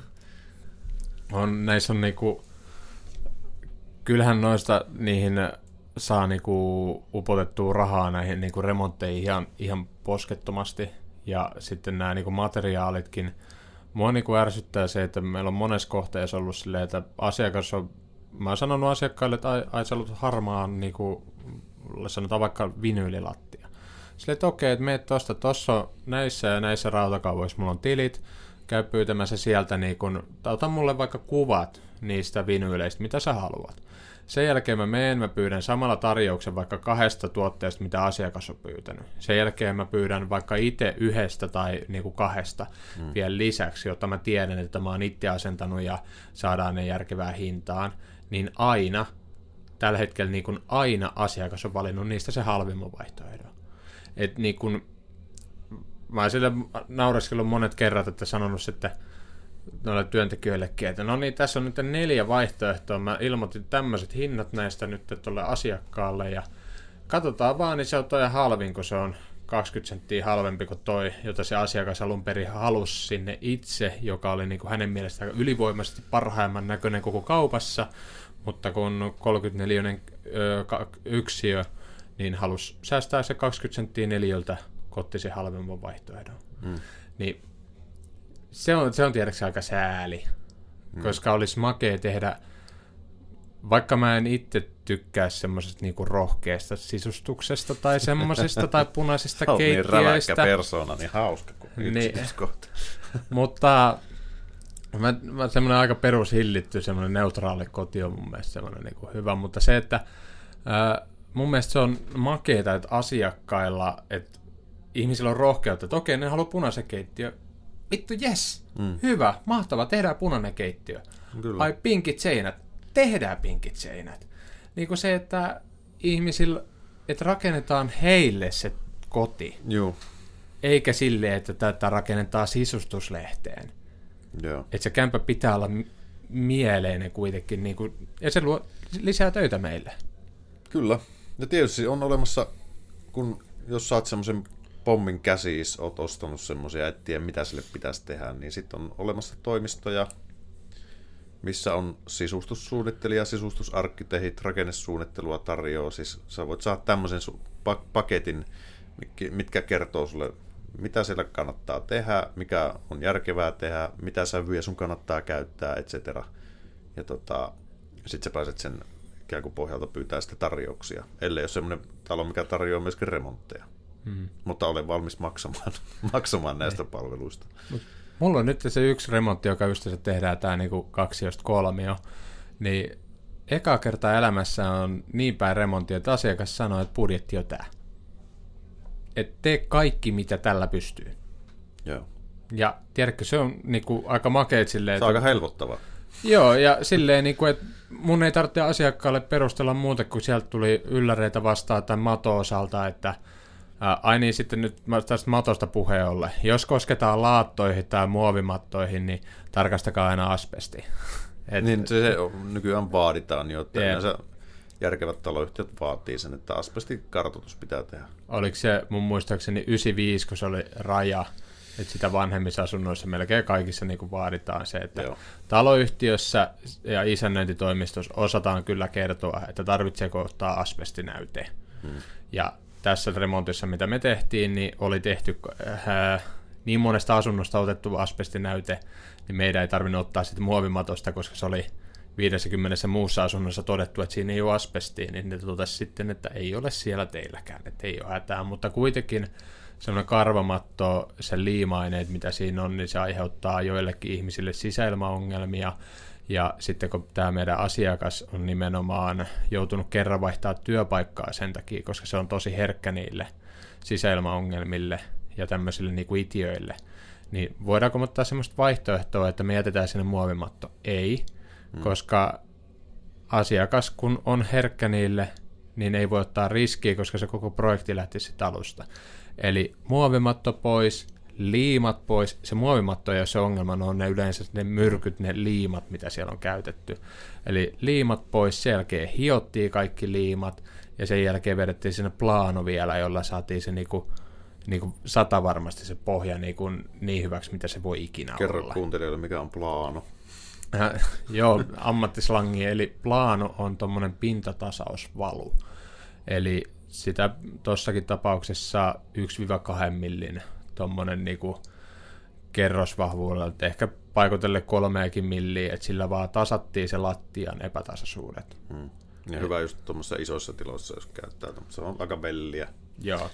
On, näissä on niinku, kyllähän noista niihin saa niinku upotettua rahaa näihin niinku remontteihin ihan, ihan poskettomasti. Ja sitten nämä niinku materiaalitkin. Mua niinku ärsyttää se, että meillä on monessa kohteessa ollut silleen, että asiakas on, mä oon sanonut asiakkaille, että ai, ai sä ollut harmaan, niinku, sanotaan vaikka vinyylilattia. Silleen, että okei, että meet tosta, tossa on näissä ja näissä rautakaupoissa, mulla on tilit, käy pyytämässä sieltä, niin kun, ota mulle vaikka kuvat niistä vinyyleistä, mitä sä haluat. Sen jälkeen mä menen, mä pyydän samalla tarjouksen vaikka kahdesta tuotteesta, mitä asiakas on pyytänyt. Sen jälkeen mä pyydän vaikka itse yhdestä tai niin kuin kahdesta mm. vielä lisäksi, jotta mä tiedän, että mä oon itse asentanut ja saadaan ne järkevään hintaan. Niin aina, tällä hetkellä niin kuin aina asiakas on valinnut niistä se halvimman vaihtoehdon. Et niin kuin, mä oon sille naureskellut monet kerrat, että sanonut, että noille työntekijöillekin, että no niin, tässä on nyt neljä vaihtoehtoa, mä ilmoitin tämmöiset hinnat näistä nyt tuolle asiakkaalle, ja katsotaan vaan, niin se on toi halvin, kun se on kaksikymmentä senttiä halvempi kuin toi, jota se asiakas alun perin halusi sinne itse, joka oli niin kuin hänen mielestään ylivoimaisesti parhaimman näköinen koko kaupassa, mutta kun kolmekymmentäneljä yksiö, niin halusi säästää se kaksikymmentä senttiä neliöltä, kotti se halvemman vaihtoehdon. Hmm. Niin se on, se on tiedäksä aika sääli, hmm. koska olisi makea tehdä, vaikka mä en itse tykkää semmoisesta niinku rohkeasta sisustuksesta tai semmoisesta tai punaisista keittiöistä. Sä oot niin räväkkä persoona, niin hauska kuin yksityiskohta. Mutta mä, mä semmoinen aika perushillitty, semmoinen neutraali koti on mun mielestä semmoinen niinku hyvä, mutta se, että ää, mun mielestä se on makeeta, että asiakkailla, että ihmisillä on rohkeutta, että okei, ne haluaa punaisen keittiö. Vittu, jes, mm. hyvä, mahtavaa, tehdään punainen keittiö. Kyllä. Ai pinkit seinät, tehdään pinkit seinät. Niin kuin se, että ihmisillä, että rakennetaan heille se koti. Joo. Eikä silleen, että tätä rakennetaan sisustuslehteen. Joo. Että se kämpä pitää olla mieleinen kuitenkin, niin kuin, ja se luo lisää töitä meille. Kyllä. Ja tietysti on olemassa, kun jos saat semmoisen pommin käsiis, oot ostanut semmoisia, et tiedä mitä sille pitäisi tehdä, niin sitten on olemassa toimistoja, missä on sisustussuunnittelija, sisustusarkkitehit, rakennesuunnittelua tarjoaa. Siis sä voit saada tämmöisen su- paketin, mitkä kertoo sulle, mitä siellä kannattaa tehdä, mikä on järkevää tehdä, mitä sävyjä sun kannattaa käyttää, et cetera. Ja tota, sitten sä pääset sen ikään kuin pohjalta pyytää sitten tarjouksia, ellei ole semmoinen talo, mikä tarjoaa myöskin remontteja. Hmm. Mutta olen valmis maksamaan, maksamaan näistä Ei. palveluista. Mulla on nyt se yksi remontti, joka just se tehdään tämä niinku kaksiosta kolmio, niin eka kertaa elämässä on niin päin remontti, että asiakas sanoo, että budjetti on tämä. Että tee kaikki, mitä tällä pystyy. Joo. Ja tiedätkö, se on niinku aika makeet silleen, se on että aika helpottavaa. Joo, ja silleen, niinku, että mun ei tarvitse asiakkaalle perustella muuta, kun sieltä tuli ylläreitä vastaan tai mato-osalta, että ää, ai niin, sitten nyt tästä matosta puheen ollen. Jos kosketaan laattoihin tai muovimattoihin, niin tarkastakaa aina asbesti. Et, niin se, se nykyään vaaditaan jo, että yleensä järkevät taloyhtiöt vaatii sen, että asbestikartoitus pitää tehdä. Oliko se mun muistaakseni yhdeksänkymmentäviisi, kun se oli raja, että sitä vanhemmissa asunnoissa melkein kaikissa niin kuin vaaditaan se, että Joo. taloyhtiössä ja isännöintitoimistossa osataan kyllä kertoa, että tarvitseeko ottaa asbestinäyte. Hmm. Ja tässä remontissa, mitä me tehtiin, niin oli tehty äh, niin monesta asunnosta otettu asbestinäyte, niin meidän ei tarvinnut ottaa sitä muovimatosta, koska se oli viidessäkymmenessä muussa asunnossa todettu, että siinä ei ole asbestia, niin ne totesi sitten, että ei ole siellä teilläkään, että ei ole hätää, mutta kuitenkin semmoinen karvamatto, se liima-aineet, mitä siinä on, niin se aiheuttaa joillekin ihmisille sisäilmaongelmia, ja sitten kun tämä meidän asiakas on nimenomaan joutunut kerran vaihtaa työpaikkaa sen takia, koska se on tosi herkkä niille sisäilmaongelmille ja tämmöisille niin kuin itiöille, niin voidaanko ottaa semmoista vaihtoehtoa, että me jätetään sinne muovimatto? Ei, hmm. koska asiakas kun on herkkä niille, niin ei voi ottaa riskiä, koska se koko projekti lähti sitten alusta. Eli muovimatto pois, liimat pois. Se muovimatto ei ole se ongelma, ne on ne yleensä ne myrkyt, ne liimat, mitä siellä on käytetty. Eli liimat pois, sen jälkeen hiottiin kaikki liimat, ja sen jälkeen vedettiin sinne plaano vielä, jolla saatiin se niinku, niinku sata varmasti se pohja niinku niin hyväksi, mitä se voi ikinä Kerro olla. Kerro kuuntelijoille, mikä on plaano. Äh, joo, ammattislangi, eli plaano on tuommoinen pintatasausvalu. Eli sitä tuossakin tapauksessa yksi kaksi millin tuommoinen niinku kerrosvahvuudella, että ehkä paikotelle kolmeakin milliä, että sillä vaan tasattiin se lattian epätasaisuudet. Hmm. Ja hyvä just tuommoisissa isoissa tiloissa, jos käyttää, se on aika velliä. Joo.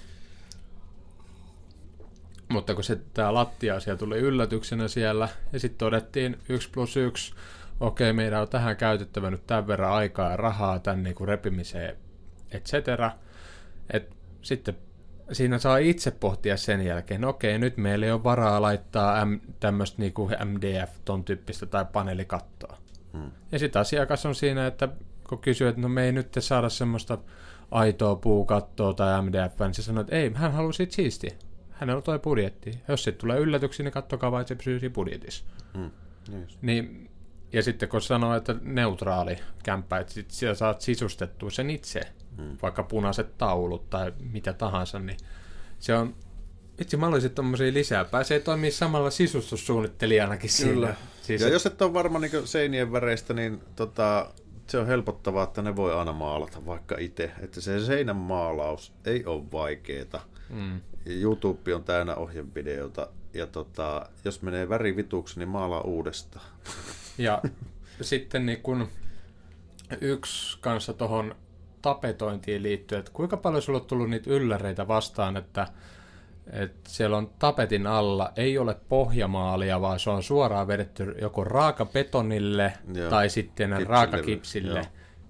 Mutta kun se tämä lattia-asia tuli yllätyksenä siellä, ja sitten todettiin yksi plus yksi, okei, meidän on tähän käytettävä nyt tämän verran aikaa ja rahaa tämän niin kuin repimiseen, et cetera. Et sitten siinä saa itse pohtia sen jälkeen, no okei, nyt meillä ei ole varaa laittaa M, tämmöistä niin kuin M D F, ton tyyppistä tai paneelikattoa. Hmm. Ja sitten asiakas on siinä, että kun kysyy, että no me ei nyt saada semmoista aitoa puukattoa tai M D F, niin se sanoo, että ei, hän haluaa siitä siistiä. Hänellä on toi budjetti. Jos sitten tulee yllätyksiä, niin katsokaa vaan, että se pysyy siinä budjetissa. Hmm. Yes. Niin, ja sitten kun sanoo, että neutraali kämppä, että sit siellä saat sisustettua sen itse, hmm. vaikka punaiset taulut tai mitä tahansa, niin se on, itse mä olisin tommosia lisää. Pääsee toimii samalla sisustussuunnittelijanakin siinä. Siis ja et... jos et ole varma niin seinien väreistä, niin tota, se on helpottavaa, että ne voi aina maalata vaikka itse. Että se seinän maalaus ei ole vaikeeta. Hmm. YouTube on täynnä ohjevideota, ja tota, jos menee väri vituksi, niin maalaa uudestaan. Ja sitten niin kun yksi kanssa tuohon tapetointiin liittyen, että kuinka paljon sulla on tullut niitä ylläreitä vastaan, että, että siellä on tapetin alla, ei ole pohjamaalia, vaan se on suoraan vedetty joko raakabetonille Joo. tai sitten Kipsille. raakakipsille.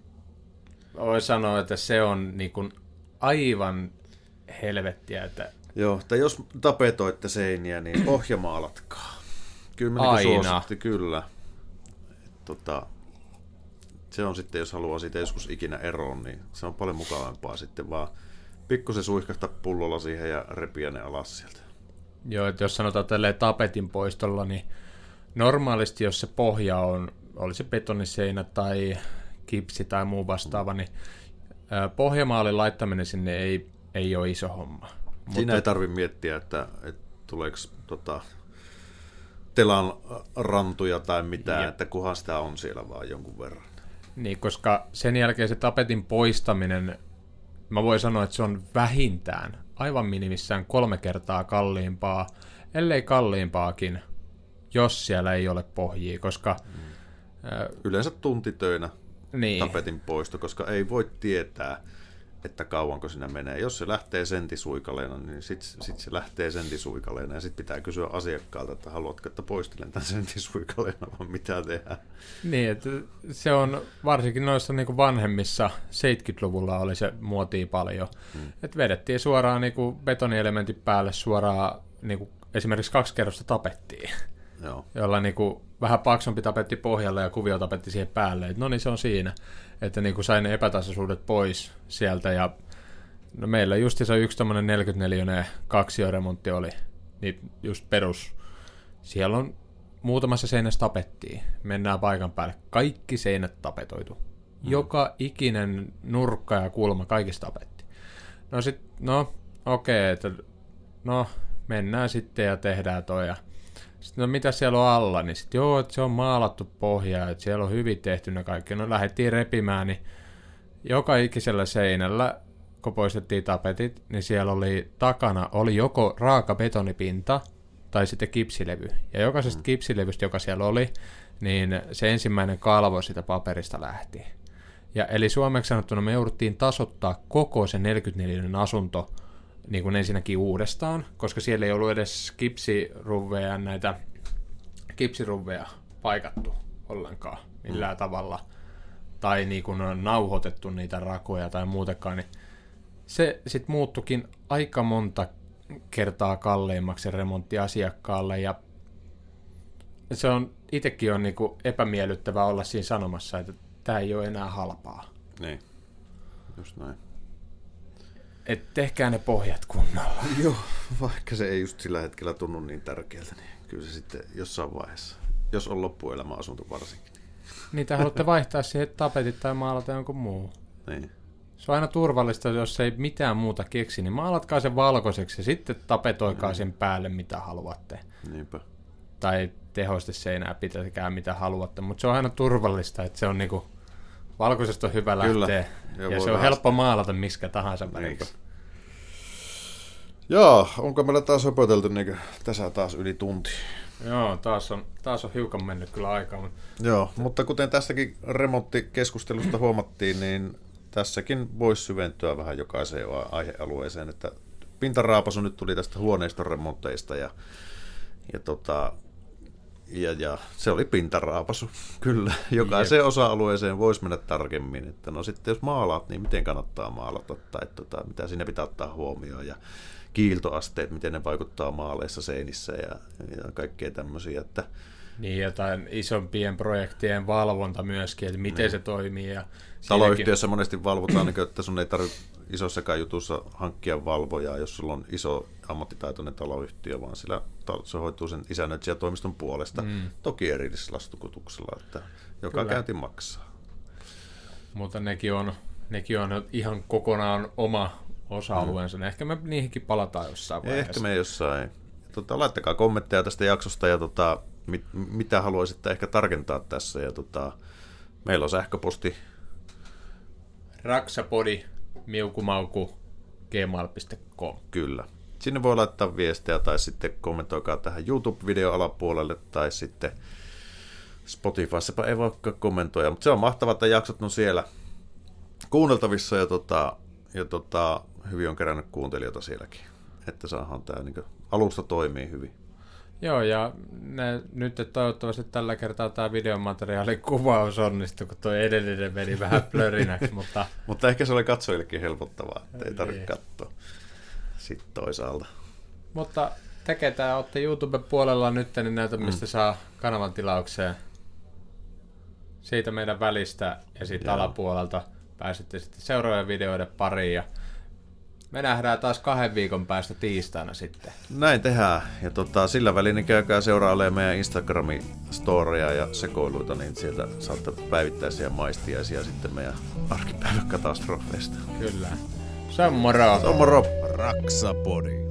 Voi sanoa, että se on niin kuin aivan helvettiä. Että... Joo, tai jos tapetoitte seiniä, niin pohjamaalatkaa. Kyllä mä niin suositti, kyllä. Tota, se on sitten, jos haluaa siitä joskus ikinä eroon, niin se on paljon mukavampaa sitten vaan pikkusen suihkahtaa pullolla siihen ja repiä ne alas sieltä. Joo, että jos sanotaan tälleen tapetin poistolla, niin normaalisti jos se pohja on, oli se betoniseinä tai kipsi tai muu vastaava, niin pohjamaalin laittaminen sinne ei, ei ole iso homma. Siinä Mutta... ei tarvitse miettiä, että, että tuleeko tota, telan rantuja tai mitään, ja. että kunhan sitä on siellä vaan jonkun verran. Niin, koska sen jälkeen se tapetin poistaminen, mä voin sanoa, että se on vähintään, aivan minimissään kolme kertaa kalliimpaa, ellei kalliimpaakin, jos siellä ei ole pohjia, koska... Mm. Äh, Yleensä tuntitöinä niin. tapetin poisto, koska ei voi tietää, että kauanko siinä menee. Jos se lähtee sentisuikaleena, niin sitten sit se lähtee sentisuikaleena, ja sitten pitää kysyä asiakkaalta, että haluatko, että poistelen tämän sentisuikaleena, vai mitä tehdään. Niin, että se on varsinkin noissa niin kuin vanhemmissa, seitsemänkymmentäluvulla oli se muotia paljon, hmm. että vedettiin suoraan niin kuin betonielementin päälle suoraan, niin kuin esimerkiksi kaksi kerrosta tapettiin, Joo. jolla niin kuin vähän paksumpi tapetti pohjalle ja kuvio tapetti siihen päälle. Et no niin, se on siinä, että niin kuin sai ne epätasaisuudet pois sieltä. Ja no meillä justiinsa yksi tämmöinen neljäkymmentäneljä kaksioremontti oli, niin just perus. Siellä on muutamassa seinässä tapettiin. Mennään paikan päälle. Kaikki seinät tapetoitu. Mm. Joka ikinen nurkka ja kulma, kaikista tapetti. No sit, no okei, okay, että no mennään sitten ja tehdään toi ja sitten no mitä siellä on alla, niin sitten joo, että se on maalattu pohja, että siellä on hyvin tehty ne kaikki. No lähdettiin repimään, niin joka ikisellä seinällä, kun poistettiin tapetit, niin siellä oli takana oli joko raaka betonipinta tai sitten kipsilevy. Ja jokaisesta mm. kipsilevystä, joka siellä oli, niin se ensimmäinen kalvo sitä paperista lähti. Ja eli suomeksi sanottuna me jouduttiin tasoittaa koko se neljäkymmentäneljä asunto niin kuin ensinnäkin uudestaan, koska siellä ei ollut edes kipsiruvveja ja näitä kipsiruvveja paikattu ollenkaan millään mm. tavalla, tai niin kuin on nauhoitettu niitä rakoja tai muutenkaan, niin se sitten muuttukin aika monta kertaa kalliimmaksi remontti asiakkaalle, ja se on itsekin on niin kuin epämiellyttävää olla siinä sanomassa, että tämä ei ole enää halpaa. Niin, just näin. Että tehkää ne pohjat kunnolla. Joo, vaikka se ei just sillä hetkellä tunnu niin tärkeältä, niin kyllä se sitten jossain vaiheessa, jos on loppuelämä asunto varsinkin. Niitä haluatte vaihtaa siihen tapetit tai maalata jonkun muu. Niin. Se on aina turvallista, jos ei mitään muuta keksi, niin maalatkaa sen valkoiseksi ja sitten tapetoikaa niin. sen päälle, mitä haluatte. Niinpä. Tai tehoiste seinää pitäkää, mitä haluatte, mutta se on aina turvallista, että se on niinku... Valkoisesta on hyvä Kyllä. lähteä, ja, ja se on helppo maalata miskä tahansa väriksi. Joo, onko meillä taas opeteltu niin tässä taas yli tunti? Joo, taas on, taas on hiukan mennyt kyllä aikaa. Mutta... Joo, mutta kuten tästäkin remonttikeskustelusta huomattiin, niin tässäkin voisi syventyä vähän jokaiseen aihealueeseen, että pintaraapasu nyt tuli tästä huoneiston remonteista ja, ja tota... Ja, ja se oli pintaraapasu, kyllä. Jokaiseen Jep. osa-alueeseen voisi mennä tarkemmin. Että no sitten jos maalaat, niin miten kannattaa maalata tai tota, mitä siinä pitää ottaa huomioon. Ja kiiltoasteet, miten ne vaikuttaa maaleissa, seinissä ja, ja kaikkea tämmöisiä. Että... Niin, jotain isompien projektien valvonta myöskin, että miten niin. se toimii. Ja taloyhtiössä siinäkin... monesti valvotaan, että sun ei tarvitse isossakaan jutussa hankkia valvojaa, jos sulla on iso ammattitaitoinen taloyhtiö, vaan sillä se hoituu sen isännöitsijätoimiston puolesta. Mm. Toki erillislaskutuksella, että joka Kyllä. käynti maksaa. Mutta nekin on, nekin on ihan kokonaan oma osa-alueensa. Mm. Ehkä me niihinkin palataan jossain vaiheessa. Ehkä me jossain. Tota, laittakaa kommentteja tästä jaksosta ja tota, mit, mitä haluaisitte ehkä tarkentaa tässä. Ja tota, meillä on sähköposti. Raksapodi, miukumauku, gmail piste com. Kyllä. sinne voi laittaa viestejä tai sitten kommentoikaa tähän YouTube-videon alapuolelle tai sitten Spotifyssapa ei voikaan kommentoida, mutta se on mahtavaa, että jaksot on siellä kuunneltavissa ja, tota, ja tota, hyvin on kerännyt kuuntelijoita sielläkin, että saadaan tämä niin alusta toimii hyvin. Joo, ja ne, nyt toivottavasti tällä kertaa tämä videomateriaalin kuvaus onnistui, kun tuo edellinen meni vähän plörinäksi, mutta... mutta ehkä se oli katsojillekin helpottavaa, että ei tarvitse katsoa sitten toisaalta. Mutta teketään, olette YouTube-puolella nyt, niin näytä, mistä mm. saa kanavan tilaukseen. Siitä meidän välistä ja siitä Joo. alapuolelta pääsette sitten seuraavien videoiden pariin. Ja me nähdään taas kahden viikon päästä tiistaina sitten. Näin tehdään. Ja tota, sillä välin niin käykää seurailemaan meidän Instagramin storia ja sekoiluita, niin sieltä saatte päivittäisiä maistiaisia sitten meidän arkipäiväkatastrofeista. Kyllä. Se on moro. Se on moro. Raksapodi.